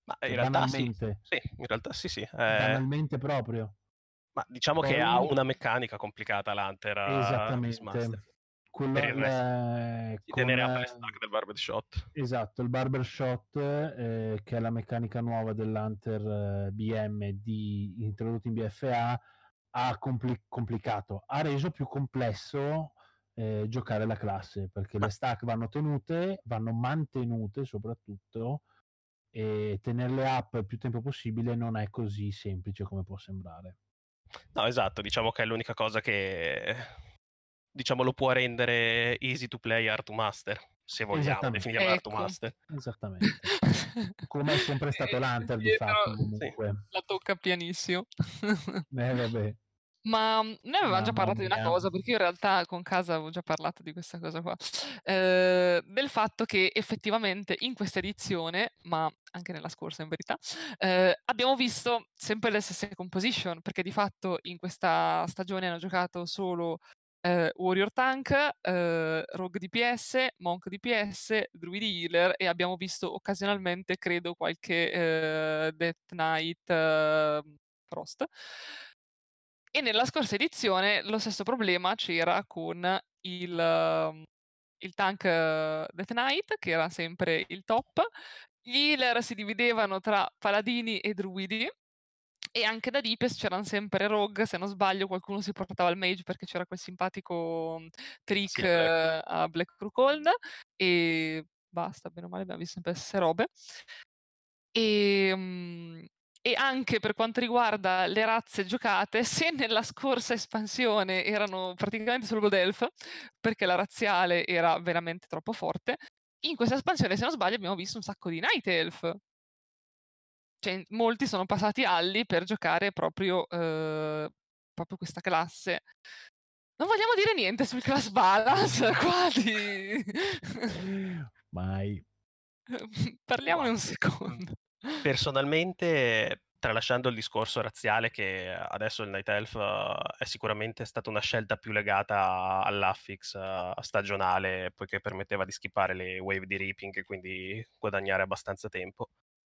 Ma in Cioè, realtà sì, banalmente, sì, in realtà sì, sì. eh, banalmente proprio. ma diciamo che ha Poi, una meccanica complicata l'Hunter uh, Beastmaster. esattamente, quello, Per il resto, le- si con tenerebbe le stack del Barbed Shot. esatto, il Barbershot, eh, che è la meccanica nuova dell'Hunter eh, B M di, introdotta in B F A, ha compli- complicato, ha reso più complesso eh, giocare la classe, perché Ma le stack vanno tenute, vanno mantenute soprattutto, e tenerle up il più tempo possibile non è così semplice come può sembrare. no, esatto, diciamo che è l'unica cosa che diciamo lo può rendere easy to play, hard to master, se vogliamo Esattamente, definirla hard to Ecco. master. esattamente. Come è sempre stato E l'Hunter di fatto dietro Sì. comunque. la tocca pianissimo. Eh vabbè, Ma mm, noi avevamo già mamma parlato di una mia. cosa, perché io in realtà con casa avevo già parlato di questa cosa qua, eh, del fatto che effettivamente in questa edizione, ma anche nella scorsa in verità, eh, abbiamo visto sempre le stesse composition, perché di fatto in questa stagione hanno giocato solo eh, Warrior Tank, eh, Rogue D P S, Monk D P S, Druidi Healer e abbiamo visto occasionalmente, credo, qualche eh, Death Knight eh, Frost. E nella scorsa edizione lo stesso problema c'era con il, ehm, il tank eh, Death Knight, che era sempre il top. Gli healer si dividevano tra paladini e druidi. E anche da D P S c'erano sempre rogue, se non sbaglio qualcuno si portava il mage perché c'era quel simpatico mm, trick Sì, Black. eh, a Black Crucold e basta, bene o male abbiamo visto sempre le stesse robe. E, mm, e anche per quanto riguarda le razze giocate, se nella scorsa espansione erano praticamente solo Gold Elf, perché la razziale era veramente troppo forte, in questa espansione, se non sbaglio, abbiamo visto un sacco di Night Elf. Cioè, molti sono passati alli per giocare proprio, eh, proprio questa classe. Non vogliamo dire niente sul class balance qua di... Mai. Parliamone un Ma, secondo. personalmente, tralasciando il discorso razziale, che adesso il Night Elf uh, è sicuramente stata una scelta più legata all'affix uh, stagionale, poiché permetteva di skippare le wave di reaping e quindi guadagnare abbastanza tempo.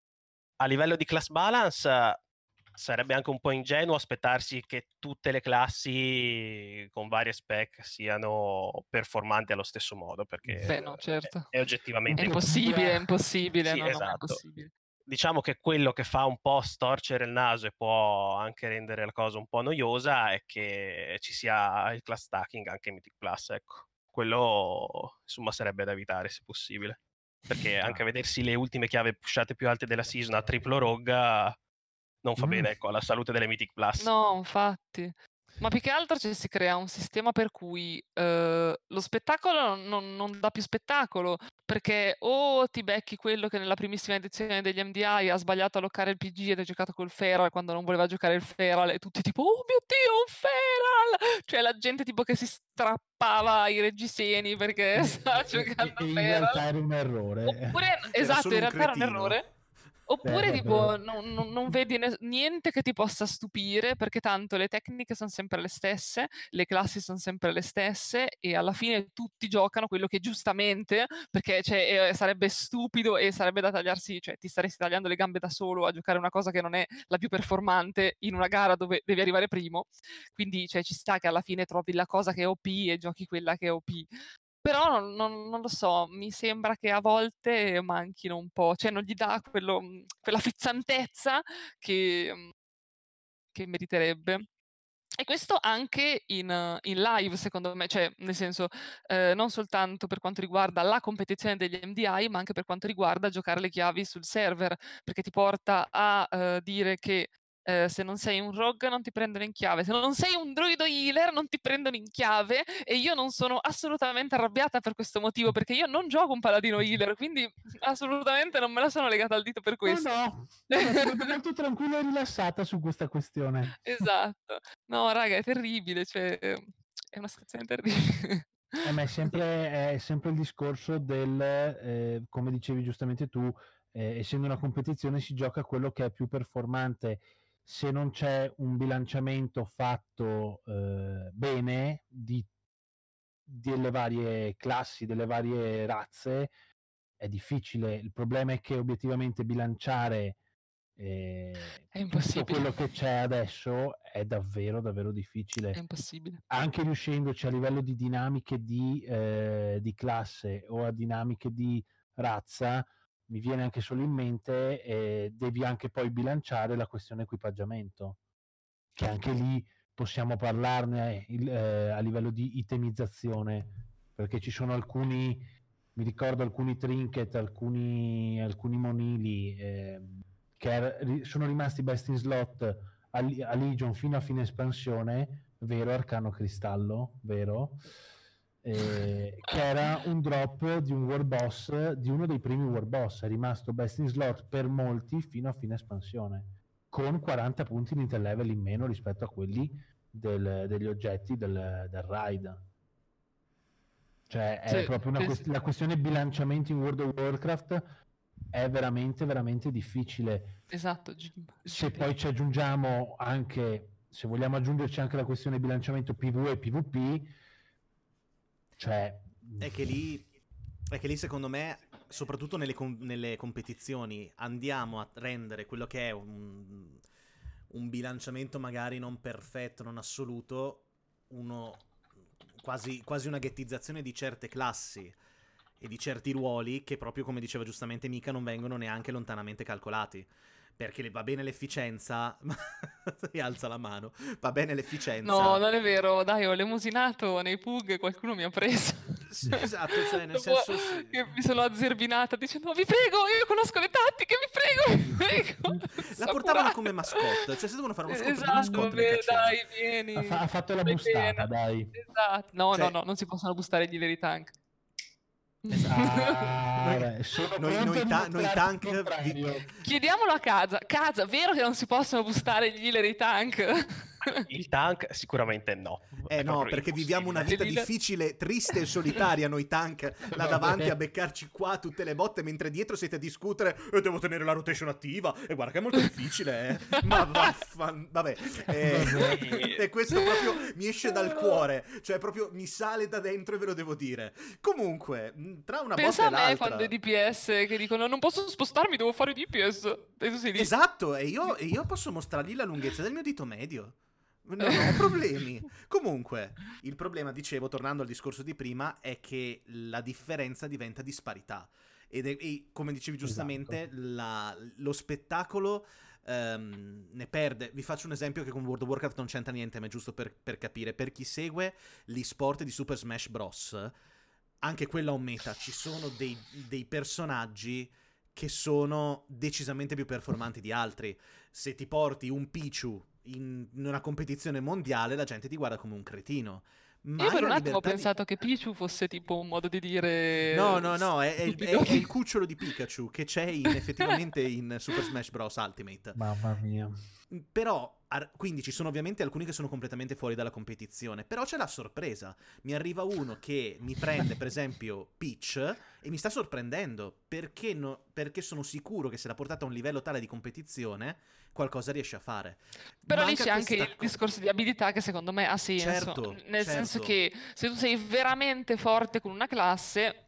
A livello di class balance, uh, sarebbe anche un po' ingenuo aspettarsi che tutte le classi con varie spec siano performanti allo stesso modo, perché Beh, no, è, certo. è È oggettivamente impossibile. impossibile, è impossibile, Sì, no, no, ma è esatto. impossibile. Diciamo che quello che fa un po' storcere il naso e può anche rendere la cosa un po' noiosa è che ci sia il class stacking anche in Mythic Plus, ecco. Quello, insomma, sarebbe da evitare se possibile. Perché anche Ah. vedersi le ultime chiave pushate più alte della season a triplo rogue non fa Mm. bene, ecco, alla salute delle Mythic Plus. No, infatti. Ma più che altro cioè, si crea un sistema per cui eh, lo spettacolo non, non dà più spettacolo, perché o ti becchi quello che nella primissima edizione degli M D I ha sbagliato a loccare il P G ed ha giocato col Feral quando non voleva giocare il Feral e tutti tipo oh mio Dio, un Feral! Cioè la gente tipo che si strappava i reggiseni perché stava E, e- giocando e in Feral. realtà era un errore. Oppure, Era esatto, solo in un realtà era un cretino. errore. Eh, Oppure vabbè. tipo non, non- non vedi ne- niente che ti possa stupire perché tanto le tecniche sono sempre le stesse, le classi sono sempre le stesse e alla fine tutti giocano quello che giustamente, perché cioè, eh, sarebbe stupido e sarebbe da tagliarsi, cioè ti staresti tagliando le gambe da solo a giocare una cosa che non è la più performante in una gara dove devi arrivare primo. Quindi cioè, ci sta che alla fine trovi la cosa che è O P e giochi quella che è O P. Però non, non- non lo so, mi sembra che a volte manchino un po', cioè non gli dà quello, mh, quella frizzantezza che, mh, che meriterebbe. E questo anche in, eh, in live, secondo me, cioè nel senso eh, non soltanto per quanto riguarda la competizione degli M D I, ma anche per quanto riguarda giocare le chiavi sul server, perché ti porta a eh, dire che eh, se non sei un rogue non ti prendono in chiave, se non sei un druido healer non ti prendono in chiave e io non sono assolutamente arrabbiata per questo motivo, perché io non gioco un paladino healer, quindi assolutamente non me la sono legata al dito per No, questo. no, no, no, ti vedo molto tranquilla e rilassata su questa questione. Esatto. No, raga, è terribile, cioè, è una situazione terribile. Eh, ma è sempre, è sempre il discorso del, eh, come dicevi giustamente tu, eh, essendo una competizione si gioca quello che è più performante. Se non c'è un bilanciamento fatto eh, bene di, delle varie classi, delle varie razze, è difficile. Il problema è che obiettivamente bilanciare E È tutto impossibile. quello che c'è adesso è davvero davvero È difficile, impossibile. anche riuscendoci a livello di dinamiche di, eh, di classe o a dinamiche di razza. Mi viene anche solo in mente, eh, devi anche poi bilanciare la questione equipaggiamento, che anche lì possiamo parlarne il- eh, a livello di itemizzazione, perché ci sono alcuni, mi ricordo alcuni trinket, alcuni, alcuni monili ehm, che er- ri- sono rimasti best in slot a, Li- a Legion fino a fine espansione, vero Arcano Cristallo, vero? Eh, che era un drop di un war boss, di uno dei primi war boss, è rimasto best in slot per molti fino a fine espansione, con quaranta punti di intel level in meno rispetto a quelli del- degli oggetti del, del raid. Cioè è Sì, proprio una sì, quest- sì. la questione bilanciamento in World of Warcraft è veramente veramente difficile. Esatto, Jim. Se Infatti. poi ci aggiungiamo anche, se vogliamo aggiungerci anche la questione bilanciamento PvE e PvP, cioè È che lì, è che lì secondo me, soprattutto nelle, com- nelle competizioni, andiamo a rendere quello che è un, un bilanciamento magari non perfetto, non assoluto, uno, quasi, quasi una ghettizzazione di certe classi e di certi ruoli che proprio come diceva giustamente Mika non vengono neanche lontanamente calcolati. Perché le- va bene l'efficienza, e alza la mano, va bene No, l'efficienza. non è vero. Dai, ho lemosinato nei pug e qualcuno mi ha preso. Sì, esatto, cioè nel Dopo senso sì. che mi sono azzerbinata dicendo, vi prego, io conosco le tattiche, vi prego, vi prego. La So portavano curare. come mascotte, cioè se devono fare uno scontro di Esatto, mascotte nel vabbè, caccione. dai, vieni. ha, fa- ha fatto la Fai bustata, pena. dai. Esatto. No, no, Cioè, no, non si possono bustare gli ileri tank. Ah, noi, beh, sono noi, pronto noi a ta- noi dimostrarti il tank vi- contrario. Chiediamolo a Kaza. Kaza, vero che non si possono bustare gli ileri tank? Il tank sicuramente no. Eh È no, proprio perché viviamo una impossibile. vita Lì- difficile, triste e solitaria noi tank, là davanti Vabbè. a beccarci qua tutte le botte, mentre dietro siete a discutere e devo tenere la rotation attiva, e guarda che è molto difficile, eh. Ma vaffan... Vabbè. Eh, Vabbè. e questo proprio mi esce dal cuore, cioè proprio mi sale da dentro e ve lo devo dire. Comunque, mh, tra una Pensa botta e a me l'altra... quando i D P S che dicono non posso spostarmi, devo fare i D P S. E tu sei lì. Esatto, e io, e io posso mostrargli la lunghezza del mio dito medio. Non ho problemi. Comunque, il problema, dicevo, tornando al discorso di prima, è che la differenza diventa disparità. Ed è, e, come dicevi giustamente, Esatto. la- lo spettacolo ehm, ne perde. Vi faccio un esempio che con World of Warcraft non c'entra niente, ma è giusto per, per capire. Per chi segue gli sport di Super Smash Bros., anche quello ha un meta. Ci sono dei, dei personaggi che sono decisamente più performanti di altri. Se ti porti un Pichu in una competizione mondiale, la gente ti guarda come un cretino. Ma Io per hai un la attimo ho libertà di... pensato che Pichu fosse tipo un modo di dire No, no, no, è, è il, stupido. è- è il cucciolo di Pikachu che c'è in- effettivamente in Super Smash Bros. Ultimate. Mamma mia. Però, ar- quindi ci sono ovviamente alcuni che sono completamente fuori dalla competizione. Però c'è la sorpresa. Mi arriva uno che mi prende, per esempio, Peach e mi sta sorprendendo. Perché, no- perché sono sicuro che se l'ha portata a un livello tale di competizione, qualcosa riesce a fare. Però lì Manca c'è anche questa il co- discorso di abilità che secondo me ha senso. Certo, Nel senso certo. che se tu sei veramente forte con una classe,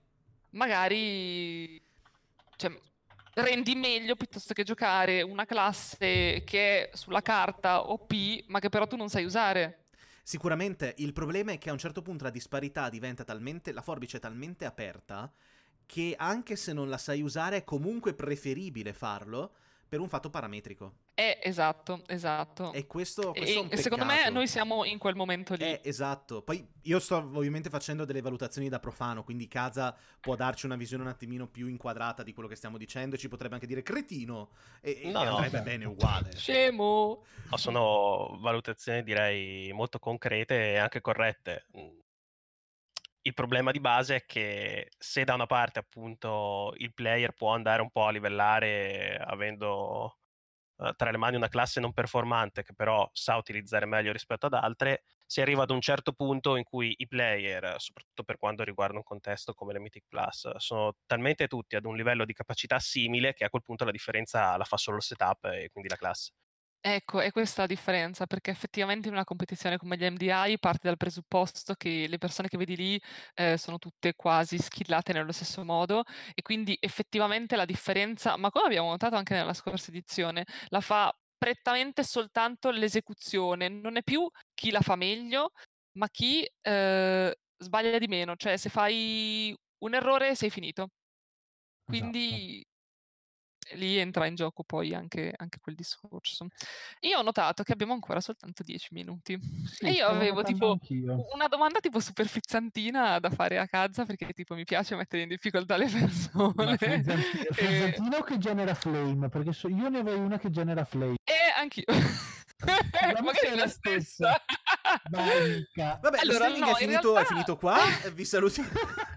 magari cioè, rendi meglio piuttosto che giocare una classe che è sulla carta O P, ma che però tu non sai usare. Sicuramente il problema è che a un certo punto la disparità diventa talmente, la forbice è talmente aperta che anche se non la sai usare è comunque preferibile farlo per un fatto parametrico. Eh, esatto, esatto. E questo, E questo è un e secondo me peccato. noi siamo in quel momento lì. Eh, esatto. Poi io sto ovviamente facendo delle valutazioni da profano, quindi Kaza può darci una visione un attimino più inquadrata di quello che stiamo dicendo e ci potrebbe anche dire cretino e, e No, no. andrebbe bene uguale. Scemo! No, sono valutazioni direi molto concrete e anche corrette. Il problema di base è che se da una parte appunto il player può andare un po' a livellare avendo eh, tra le mani una classe non performante che però sa utilizzare meglio rispetto ad altre, si arriva ad un certo punto in cui i player, soprattutto per quanto riguarda un contesto come le Mythic Plus, sono talmente tutti ad un livello di capacità simile che a quel punto la differenza la fa solo il setup e quindi la classe. Ecco, è questa la differenza, perché effettivamente in una competizione come gli M D I parte dal presupposto che le persone che vedi lì eh, sono tutte quasi skillate nello stesso modo e quindi effettivamente la differenza, ma come abbiamo notato anche nella scorsa edizione, la fa prettamente soltanto l'esecuzione, non è più chi la fa meglio, ma chi eh, sbaglia di meno, cioè se fai un errore sei finito. Esatto. Quindi lì entra in gioco poi anche, anche quel discorso. Io ho notato che abbiamo ancora soltanto dieci minuti. Sì, E io stavo avevo notando tipo anch'io. una domanda tipo super frizzantina da fare a Kazza, perché tipo mi piace mettere in difficoltà le persone. Ma frizzanti- E, frizzantina o che genera flame? Perché so- io ne avrei una che genera flame. e anch'io. Vediamo se Magari è la la stessa. stessa. Vai, Mica. Vabbè, lo Allora, streaming no, è in finito, realtà... è finito qua. Vi salutiamo.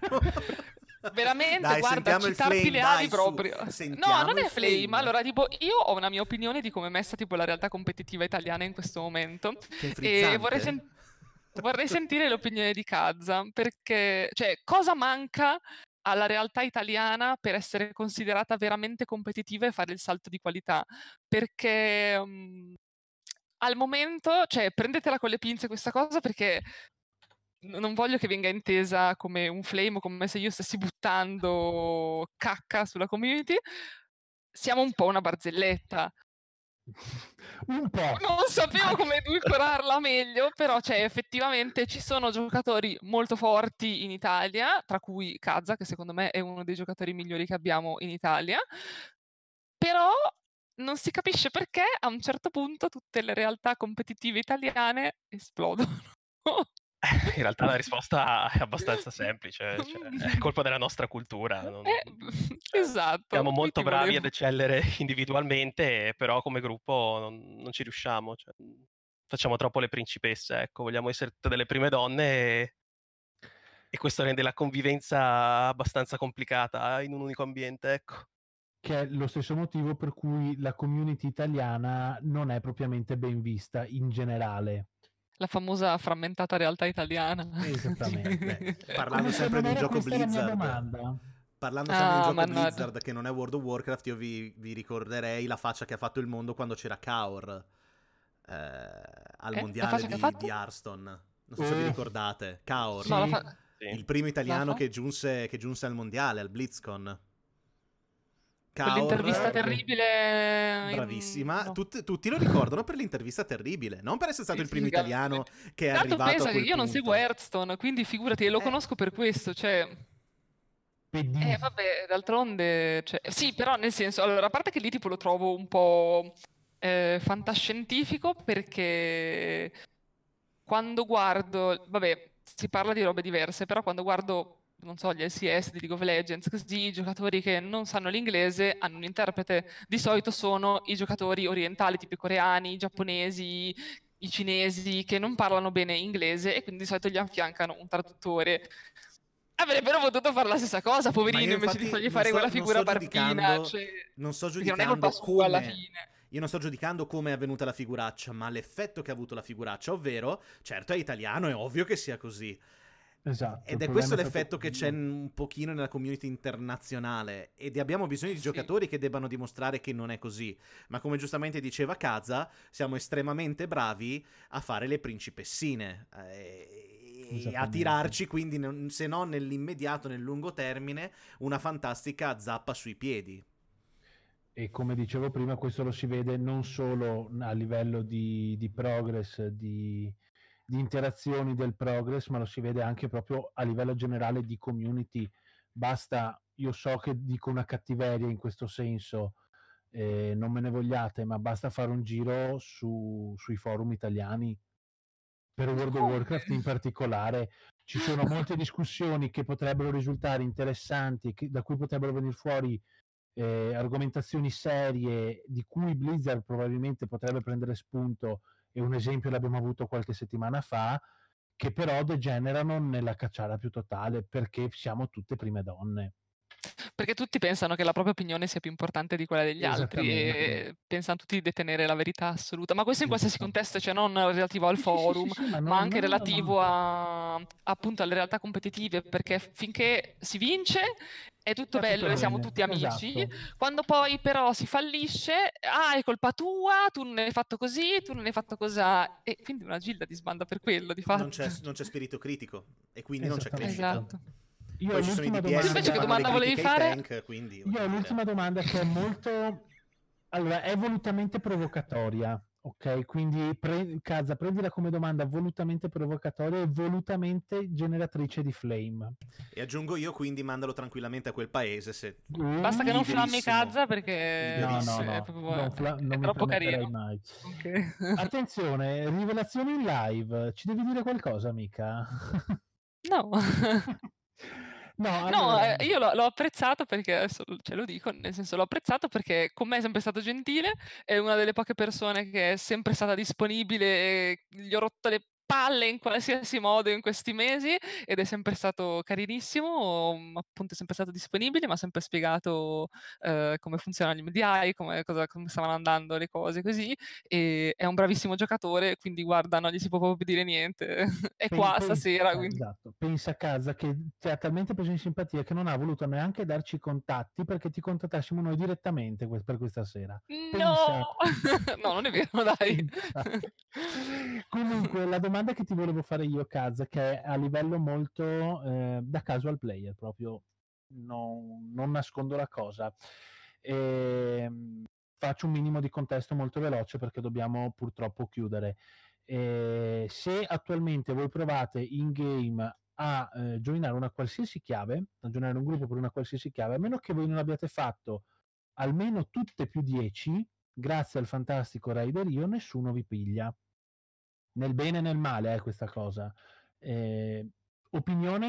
Veramente, Dai, guarda, sentiamo il citarti flame, le dai, ali su. proprio. No, Sentiamo non il è flame. flame. Allora, tipo, io ho una mia opinione di come è messa tipo la realtà competitiva italiana in questo momento Che è e vorrei, frizzante. sen- vorrei sentire l'opinione di Kazza, perché, cioè, cosa manca alla realtà italiana per essere considerata veramente competitiva e fare il salto di qualità? Perché mm, al momento, cioè, prendetela con le pinze questa cosa perché n- non voglio che venga intesa come un flame o come se io stessi buttando cacca sulla community. Siamo un po' una barzelletta. Un po'. Non sapevo come edulcorarla meglio, però cioè, effettivamente ci sono giocatori molto forti in Italia, tra cui Kazza, che secondo me è uno dei giocatori migliori che abbiamo in Italia, però non si capisce perché a un certo punto tutte le realtà competitive italiane esplodono. In realtà la risposta è abbastanza semplice, cioè, è colpa della nostra cultura. non- Eh, cioè, esatto, siamo molto quindi bravi volevo... ad eccellere individualmente, però come gruppo non, non ci riusciamo. Cioè, facciamo troppo le principesse, ecco, vogliamo essere tutte delle prime donne e, e questo rende la convivenza abbastanza complicata in un unico ambiente, ecco. Che è lo stesso motivo per cui la community italiana non è propriamente ben vista in generale. La famosa frammentata realtà italiana. Esattamente. Beh, parlando Come se sempre non di un era gioco questa la mia Blizzard, domanda. parlando sempre di un Ah, gioco mannaggia. Blizzard che non è World of Warcraft, io vi, vi ricorderei la faccia che ha fatto il mondo quando c'era Kaor eh, al Eh? La mondiale faccia che ha di, fatto? di Hearthstone. Non so se vi Oh, ricordate. Kaor, No, la sì. fa... Sì. il primo La italiano fa? che giunse, che giunse al mondiale, al BlizzCon. Quell'intervista Kaor, Ricordo. terribile in... bravissima. no. Tutti, tutti lo ricordano per l'intervista terribile, non per essere stato Sì, il sì, primo sì, italiano assolutamente. che è Tanto arrivato a pensa che quel io non seguo punto. Hearthstone, quindi figurati, e lo Eh, conosco per questo, cioè... Pedì. Eh, vabbè, d'altronde... Cioè... Sì, però nel senso, allora, a parte che lì tipo lo trovo un po' eh, fantascientifico, perché quando guardo... Vabbè, si parla di robe diverse, però quando guardo... non so, gli L C S di League of Legends, così i giocatori che non sanno l'inglese hanno un interprete, di solito sono i giocatori orientali, tipo i coreani, i giapponesi, i cinesi, che non parlano bene inglese e quindi di solito gli affiancano un traduttore. Avrebbero potuto fare la stessa cosa, ma io poverino, invece di infatti fargli non fare sto, quella non figura sto barbina, giudicando, cioè... non sto perché non è colpa giudicando sua alla come... fine. Io non sto giudicando come è avvenuta la figuraccia, ma l'effetto che ha avuto la figuraccia, ovvero, certo è italiano, è ovvio che sia così. Esatto. Ed il è questo problema l'effetto che c'è quello. un pochino nella community internazionale. Ed abbiamo bisogno di Sì. giocatori che debbano dimostrare che non è così. Ma come giustamente diceva Kaza, siamo estremamente bravi a fare le principessine. eh, E a Esattamente. tirarci, quindi, non- se no nell'immediato, nel lungo termine, una fantastica zappa sui piedi. E come dicevo prima, questo lo si vede non solo a livello di, di progress, di, di interazioni del progress, ma lo si vede anche proprio a livello generale di community. Basta, io so che dico una cattiveria in questo senso, eh, non me ne vogliate, ma basta fare un giro su, sui forum italiani. Per Ma World of come? Warcraft in particolare ci sono molte discussioni che potrebbero risultare interessanti, che- da cui potrebbero venire fuori eh, argomentazioni serie di cui Blizzard probabilmente potrebbe prendere spunto, e un esempio l'abbiamo avuto qualche settimana fa, che però degenerano nella cacciara più totale perché siamo tutte prime donne. Perché tutti pensano che la propria opinione sia più importante di quella degli altri Esattamente. e pensano tutti di detenere la verità assoluta. Ma questo in qualsiasi contesto, cioè Esattamente. non relativo al Sì, sì, sì, sì, forum, sì, ma ma no, anche no, no, no, no. relativo a, appunto alle realtà competitive, perché finché si vince è tutto Va tutto bello e siamo bene, tutti amici. esatto. Quando poi però si fallisce, ah, è colpa tua, tu non hai fatto così, tu non hai fatto cosà. E quindi una gilda disbanda per quello, di Non fatto. c'è, non c'è spirito critico e quindi non c'è crescita. Esattamente. Esatto. Io ho Poi ci sono i l'ultima D P S Tu che invece domanda. che fanno le domanda volevi critiche ai fare? tank, quindi Io voglio ho dire... l'ultima domanda che è molto... Allora, è volutamente provocatoria, ok? Quindi, pre... Kaza, prendila come domanda volutamente provocatoria e volutamente generatrice di flame. E aggiungo io, quindi mandalo tranquillamente a quel paese se... Basta che non Uh, flammi Liberissimo. Kazza perché no, no, Liberissimo. è no, proprio non, fla- è non mi troppo permetterei carino. mai. Ok. Attenzione, rivelazioni in live. Ci devi dire qualcosa, amica? No. No, No, allora... eh, io l'ho, l'ho apprezzato perché, adesso ce lo dico, nel senso l'ho apprezzato perché con me è sempre stato gentile, è una delle poche persone che è sempre stata disponibile e gli ho rotto le palle in qualsiasi modo in questi mesi ed è sempre stato carinissimo, mm, appunto è sempre stato disponibile, mi ha sempre spiegato eh, come funzionano gli M D I, come, cosa- come stavano andando le cose così e è un bravissimo giocatore, quindi guarda, non gli si può proprio dire niente. È Pen- qua pensa, stasera, eh, quindi... esatto, pensa a casa che ti ha talmente preso in simpatia che non ha voluto neanche darci i contatti perché ti contattassimo noi direttamente que- per questa sera. No! Pensa, No, non è vero, dai. pensa. Comunque, la domanda che ti volevo fare io, Kaz, che è a livello molto eh, da casual player, proprio non, non nascondo la cosa. Ehm, faccio un minimo di contesto molto veloce perché dobbiamo purtroppo chiudere. Eh, se attualmente voi provate in game a eh, joinare una qualsiasi chiave, a joinare un gruppo per una qualsiasi chiave, a meno che voi non abbiate fatto almeno tutte più dieci, grazie al fantastico Raider Io, nessuno vi piglia. Nel bene e nel male è eh, questa cosa. Eh, opinione?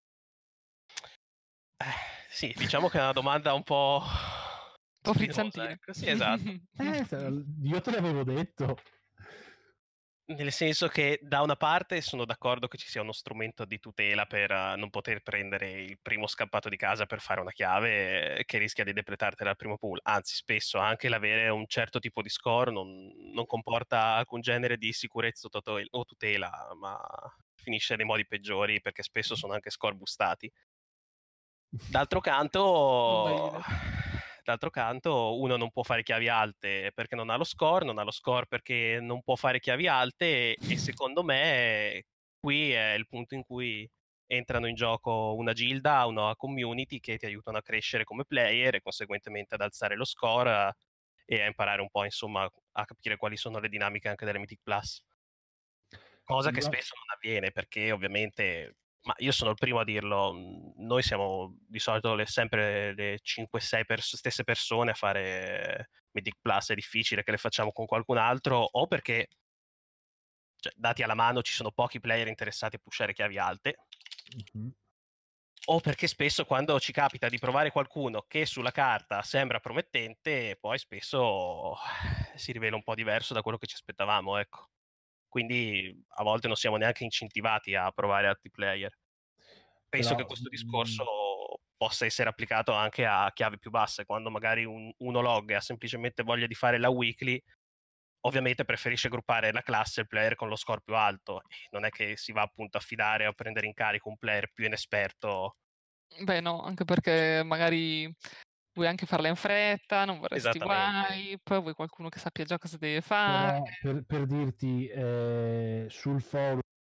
Eh, sì, diciamo che è una domanda un po' Un po' spinosa, frizzantina. ecco. Sì, esatto. Eh, io te l'avevo detto. Nel senso che da una parte sono d'accordo che ci sia uno strumento di tutela per uh, non poter prendere il primo scappato di casa per fare una chiave eh, che rischia di depletartela al primo pull. Anzi, spesso anche l'avere un certo tipo di score non, non comporta alcun genere di sicurezza o tutel- o tutela, ma finisce nei modi peggiori perché spesso sono anche score boostati. D'altro Non da canto, ridere. d'altro canto, uno non può fare chiavi alte perché non ha lo score, non ha lo score perché non può fare chiavi alte e secondo me qui è il punto in cui entrano in gioco una gilda, una community che ti aiutano a crescere come player e conseguentemente ad alzare lo score e a imparare un po', insomma, a capire quali sono le dinamiche anche delle Mythic Plus. Cosa che Io- spesso non avviene perché ovviamente, ma io sono il primo a dirlo, mh, noi siamo di solito le, sempre le cinque sei pers- stesse persone a fare Mythic Plus, è difficile che le facciamo con qualcun altro o perché, cioè, dati alla mano, ci sono pochi player interessati a pushare chiavi alte, Mhm. o perché spesso quando ci capita di provare qualcuno che sulla carta sembra promettente, poi spesso si rivela un po' diverso da quello che ci aspettavamo, ecco. Quindi a volte non siamo neanche incentivati a provare altri player. Penso che Però questo mm, discorso possa essere applicato anche a chiavi più basse, quando magari un, uno log ha semplicemente voglia di fare la weekly, ovviamente preferisce gruppare la classe e il player con lo score più alto, e non è che si va appunto a fidare o a prendere in carico un player più inesperto. Beh, no, anche perché magari vuoi anche farla in fretta, non vorresti Esattamente. wipe, vuoi qualcuno che sappia già cosa deve fare. però per, per dirti eh, sul forum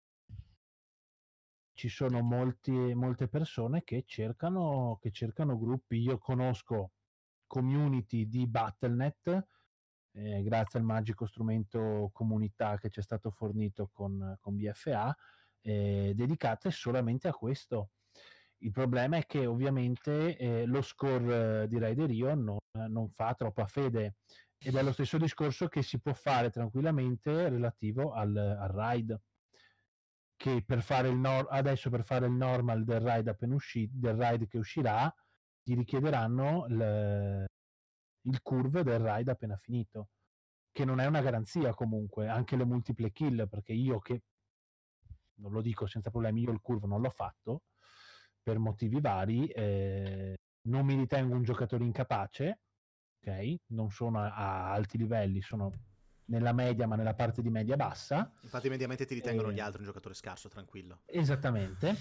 ci sono molti, molte persone che cercano, che cercano gruppi. Io conosco community di Battle punto net eh, grazie al magico strumento comunità che ci è stato fornito con, con B F A, eh, dedicate solamente a questo. Il problema è che ovviamente eh, lo score eh, di Raider Io non, non fa troppa fede ed è lo stesso discorso che si può fare tranquillamente relativo al, al ride, che per fare il nor- adesso per fare il normal del ride appena usci- del ride che uscirà ti richiederanno il, il curve del ride appena finito, che non è una garanzia comunque, anche le multiple kill, perché io che non lo dico senza problemi, io il curve non l'ho fatto per motivi vari, eh, non mi ritengo un giocatore incapace, ok? Non sono a, a alti livelli, sono nella media, ma nella parte di media bassa. Infatti mediamente ti ritengono Eh, gli altri un giocatore scarso, tranquillo. Esattamente.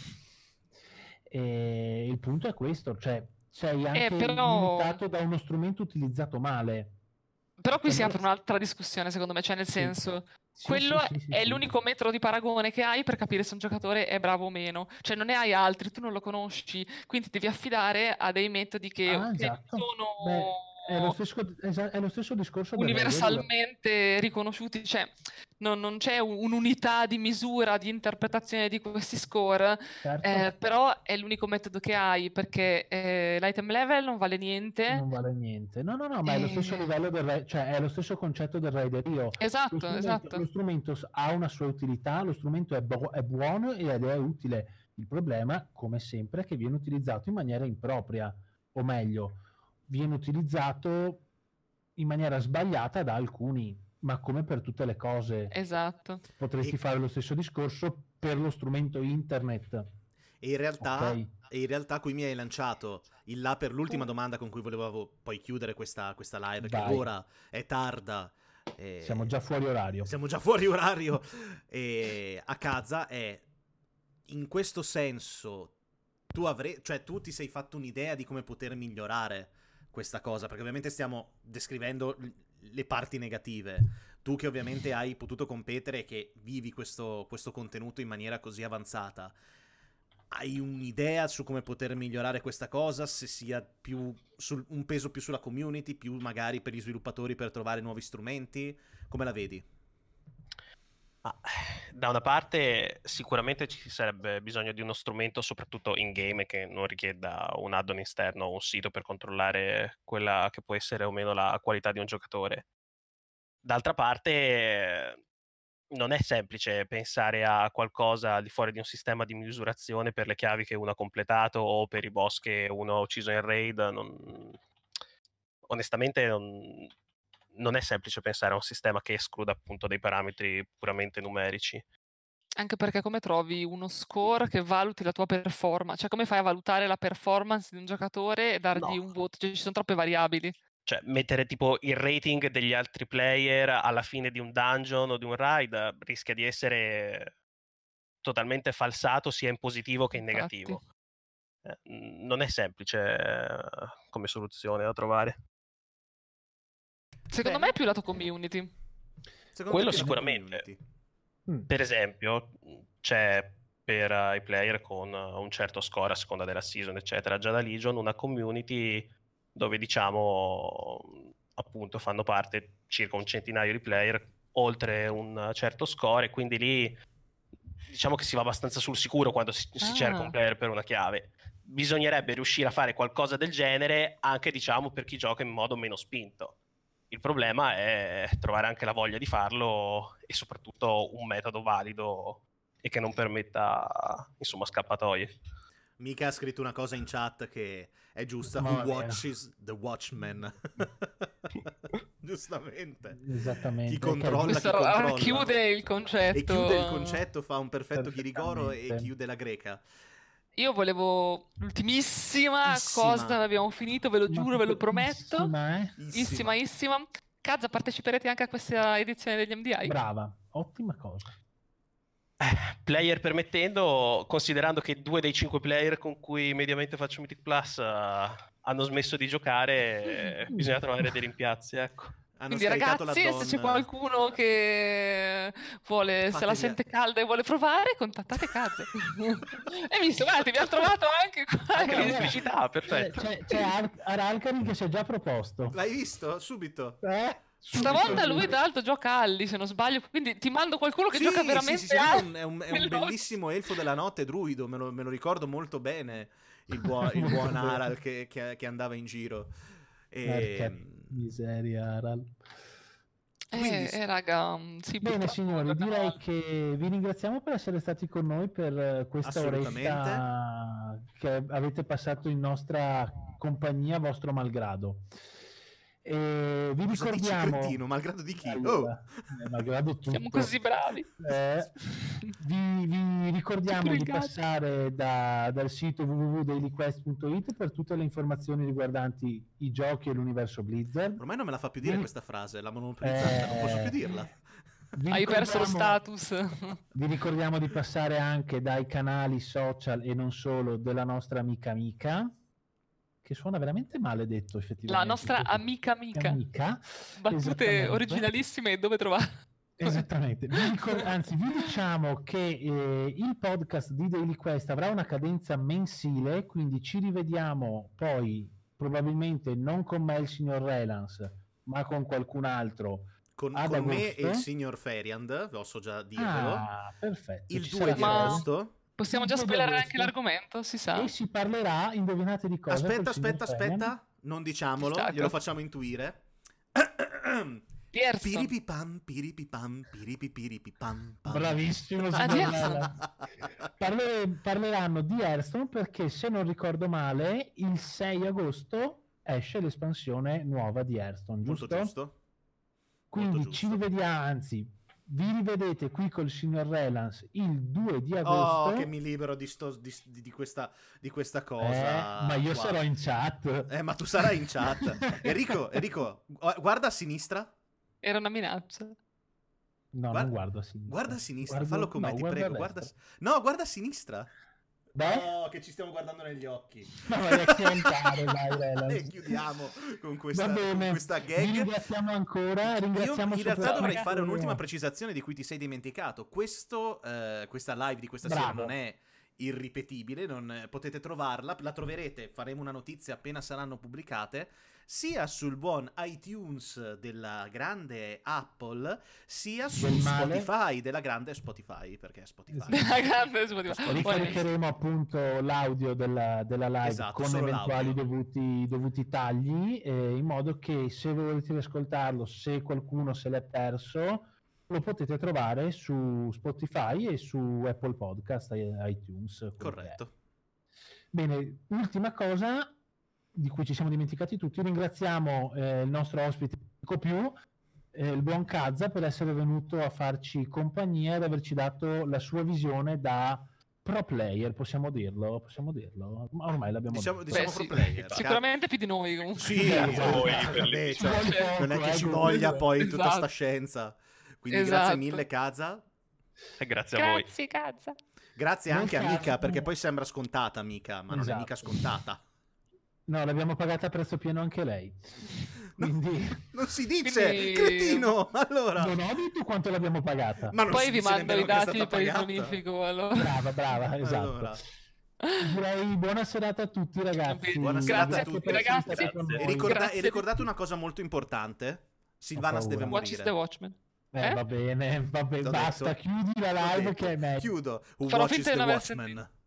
E il punto è questo, cioè sei Eh, anche però... limitato da uno strumento utilizzato male. Però qui Cioè, si non- apre un'altra discussione, secondo me, cioè nel Sì. senso, Sì, quello sì, sì, sì, è sì. l'unico metro di paragone che hai per capire se un giocatore è bravo o meno. Cioè non ne hai altri, tu non lo conosci, quindi ti devi affidare a dei metodi che Ah, ok, esatto. sono Beh, è lo stesso, esa- è lo stesso discorso del Ray Dalio. universalmente riconosciuti, cioè non, non c'è un- un'unità di misura, di interpretazione di questi score, Certo, eh, però è l'unico metodo che hai perché eh, l'item level non vale niente. non vale niente. No, no, no, ma è lo stesso eh, livello del Ray- cioè è lo stesso concetto del Ray Dalio. Lo Esatto, strumento, lo esatto. strumento s- ha una sua utilità, lo strumento è, bu- è buono ed è utile. Il problema, come sempre, è che viene utilizzato in maniera impropria, o meglio, viene utilizzato in maniera sbagliata da alcuni, ma come per tutte le cose Esatto. potresti E- fare lo stesso discorso per lo strumento internet. E in realtà, Ok. e in realtà qui mi hai lanciato il là per l'ultima domanda con cui volevo poi chiudere questa, questa live, che Vai. ora è tarda. e- Siamo già fuori orario. Siamo già fuori orario. E a casa è, in questo senso, tu avrei, cioè tu ti sei fatto un'idea di come poter migliorare questa cosa, perché ovviamente stiamo descrivendo l- le parti negative. Tu che ovviamente hai potuto competere e che vivi questo, questo contenuto in maniera così avanzata, hai un'idea su come poter migliorare questa cosa? Se sia più sul, un peso più sulla community, più magari per gli sviluppatori per trovare nuovi strumenti? Come la vedi? Ma, da una parte sicuramente ci sarebbe bisogno di uno strumento, soprattutto in game, che non richieda un add-on esterno o un sito per controllare quella che può essere o meno la qualità di un giocatore. D'altra parte non è semplice pensare a qualcosa al di fuori di un sistema di misurazione per le chiavi che uno ha completato o per i boss che uno ha ucciso in raid. Non... Onestamente non... non è semplice pensare a un sistema che escluda appunto dei parametri puramente numerici. Anche perché come trovi uno score che valuti la tua performance? Cioè come fai a valutare la performance di un giocatore e dargli No. un voto? Cioè ci sono troppe variabili. Cioè, mettere tipo il rating degli altri player alla fine di un dungeon o di un raid rischia di essere totalmente falsato sia in positivo che in Infatti. negativo. Eh, non è semplice eh, come soluzione da trovare. Secondo Bene. me è più lato community. Secondo Quello te più lato sicuramente. community? Mm. Per esempio, c'è per uh, i player con uh, un certo score a seconda della season, eccetera, già da Legion, una community dove diciamo appunto fanno parte circa un centinaio di player oltre un certo score, e quindi lì diciamo che si va abbastanza sul sicuro quando si, si Ah. cerca un player per una chiave. Bisognerebbe riuscire a fare qualcosa del genere anche diciamo per chi gioca in modo meno spinto. Il problema è trovare anche la voglia di farlo e soprattutto un metodo valido e che non permetta insomma scappatoie. Mika ha scritto una cosa in chat che è giusta. Mamma Who mia. watches the Watchmen? Giustamente. Esattamente. Chi Che- controlla, Questo chi controlla. racchiude il concetto. E chiude il concetto, fa un perfetto Chirigoro e Perfettamente. chiude la greca. Io volevo l'ultimissima Issima. cosa, abbiamo finito, ve lo Ma giuro, ve lo proprio prometto. issima, eh? Issima, issima. Kazza, parteciperete anche a questa edizione degli M D I? Brava, ottima cosa. Player permettendo, considerando che due dei cinque player con cui mediamente faccio Mythic Plus uh, hanno smesso di giocare, Mm. bisogna trovare dei rimpiazzi, ecco. Hanno Quindi scaricato ragazzi, la se c'è donna. qualcuno che vuole, se la Fatevi- sente calda e vuole provare, contattate Kazza. E visto, guardate, vi ha trovato anche qua. Anche Allora, l'esplicità, C'è, perfetto. c'è, c'è Ar- Aralcari che si è già proposto. L'hai visto? Subito. Eh? Stavolta Subito. lui tra l'altro gioca Alli, se non sbaglio, quindi ti mando qualcuno che Sì, gioca sì, veramente sì, sì, lui è Alli. un, è un- è un Veloce. bellissimo elfo della notte druido, me lo, me lo ricordo molto bene, il, buo- il Molto buon bene. Aral che, che- che andava in giro. Porca E... miseria, Aral. Quindi- Eh, eh, raga, mm, sì, Bene purtroppo signori, giocano direi Alli. che vi ringraziamo per essere stati con noi per eh, questa Assolutamente. oretta che avete passato in nostra compagnia, vostro malgrado. E vi Cosa dici, ricordiamo... cretino? Malgrado di chi? Allora, Oh! eh, malgrado tutto. Siamo così bravi. Eh, vi, vi ricordiamo Ci di clicate. passare da- dal sito w w w punto daily quest punto i t per tutte le informazioni riguardanti i giochi e l'universo Blizzard. Ormai non me la fa più dire Vi- questa frase, l'ha monopolizzata, non posso Eh, più dirla. vi Hai perso lo ricordiamo- status. Vi ricordiamo di passare anche dai canali social e non solo della nostra amica Mica, che suona veramente male detto effettivamente. La nostra amica amica. Amica. Battute Esattamente. originalissime e dove trovarle? Esattamente, vi ricor- anzi vi diciamo che eh, il podcast di Daily Quest avrà una cadenza mensile, quindi ci rivediamo poi probabilmente non con me e il signor Relance, ma con qualcun altro. Con, Ad con me agosto? e il signor Feriand, posso già dirvelo. Ah, perfetto. il ci due sarà di Ma- Feriand. agosto. Possiamo già Il due di spoilerare agosto. anche l'argomento, si sa. E si parlerà, indovinate di cosa? Aspetta, col signor aspetta, Feriand? aspetta. Non diciamolo, Stacco. glielo facciamo intuire. Di Hearthstone. Piripipam, piripipam, piripipiripipam, pam. Bravissimo, Ah, signor di Relance. Parle- parleranno di Hearthstone perché, se non ricordo male, il sei agosto esce l'espansione nuova di Hearthstone, Molto giusto? giusto. Quindi Molto ci giusto. rivediamo, anzi, vi rivedete qui col signor Relance il due di Oh, agosto. che mi libero di, sto, di, di- di questa, di questa Eh, cosa. ma io qua. sarò in chat. Eh, ma tu sarai in chat. Enrico, Enrico, gu- guarda a sinistra. Era una minaccia. No, Guarda- non guardo a sinistra. Guarda a sinistra, Guardo- fallo con me, no, ti guardo prego. a Guarda a... destra. No, guarda a sinistra. Beh, Oh, che ci stiamo guardando negli occhi. ma vai a chiantare, dai, Relance. E chiudiamo con questa, Va con bene, questa vi gag. ringraziamo ancora, Io ringraziamo in realtà soprattutto- dovrei fare un'ultima precisazione di cui ti sei dimenticato. Questo, eh, questa live di questa sera Bravo. non è irripetibile, non potete trovarla, la troverete, faremo una notizia appena saranno pubblicate, sia sul buon iTunes della grande Apple, sia su Del male. Spotify della grande Spotify, perché è Spotify. La grande Spotify. Ricaricheremo appunto l'audio della, della live Esatto, con solo eventuali l'audio. dovuti, dovuti tagli, eh, in modo che, se volete ascoltarlo, se qualcuno se l'è perso, lo potete trovare su Spotify e su Apple Podcast e iTunes. quello che è. Corretto. Bene, ultima cosa di cui ci siamo dimenticati tutti, ringraziamo eh, il nostro ospite Nico Più, eh, il buon Kazza, per essere venuto a farci compagnia ed averci dato la sua visione da pro player, possiamo dirlo? Possiamo dirlo? Ma ormai l'abbiamo Diciamo, detto. Beh, diciamo sì. pro player. Sicuramente più di noi comunque. Sì, Grazie a voi vabbè, per le- cioè, Ci vuole non è poco, che eh, ci comunque. voglia poi tutta Esatto. sta scienza. Quindi Esatto. grazie mille, Kaza. E grazie a voi. Grazie, cazzo. Grazie Nel anche a caso- Mika, perché poi sembra scontata Mika, ma non è Esatto. mica scontata. No, l'abbiamo pagata a prezzo pieno anche lei. No, Quindi non si dice, Quindi- cretino! Allora, non ho detto quanto l'abbiamo pagata. ma non Poi si vi dice mando nemmeno i che è dati stata per il pagata. bonifico. Allora. Brava, brava, esatto. Allora, Direi buona serata a tutti, ragazzi. Buona serata a Grazie tutti. per essere Ragazzi. stati con e, noi. ricorda- Grazie e di ricordate tutto. una cosa molto importante: Sylvanas Ho deve paura. Watch is morire. the Watchmen. Eh, Eh? va bene, va bene, L'ho basta, detto. chiudi la L'ho live detto. che è meglio. Chiudo. Who Farò watches finta di the non aver Watchmen? sentito.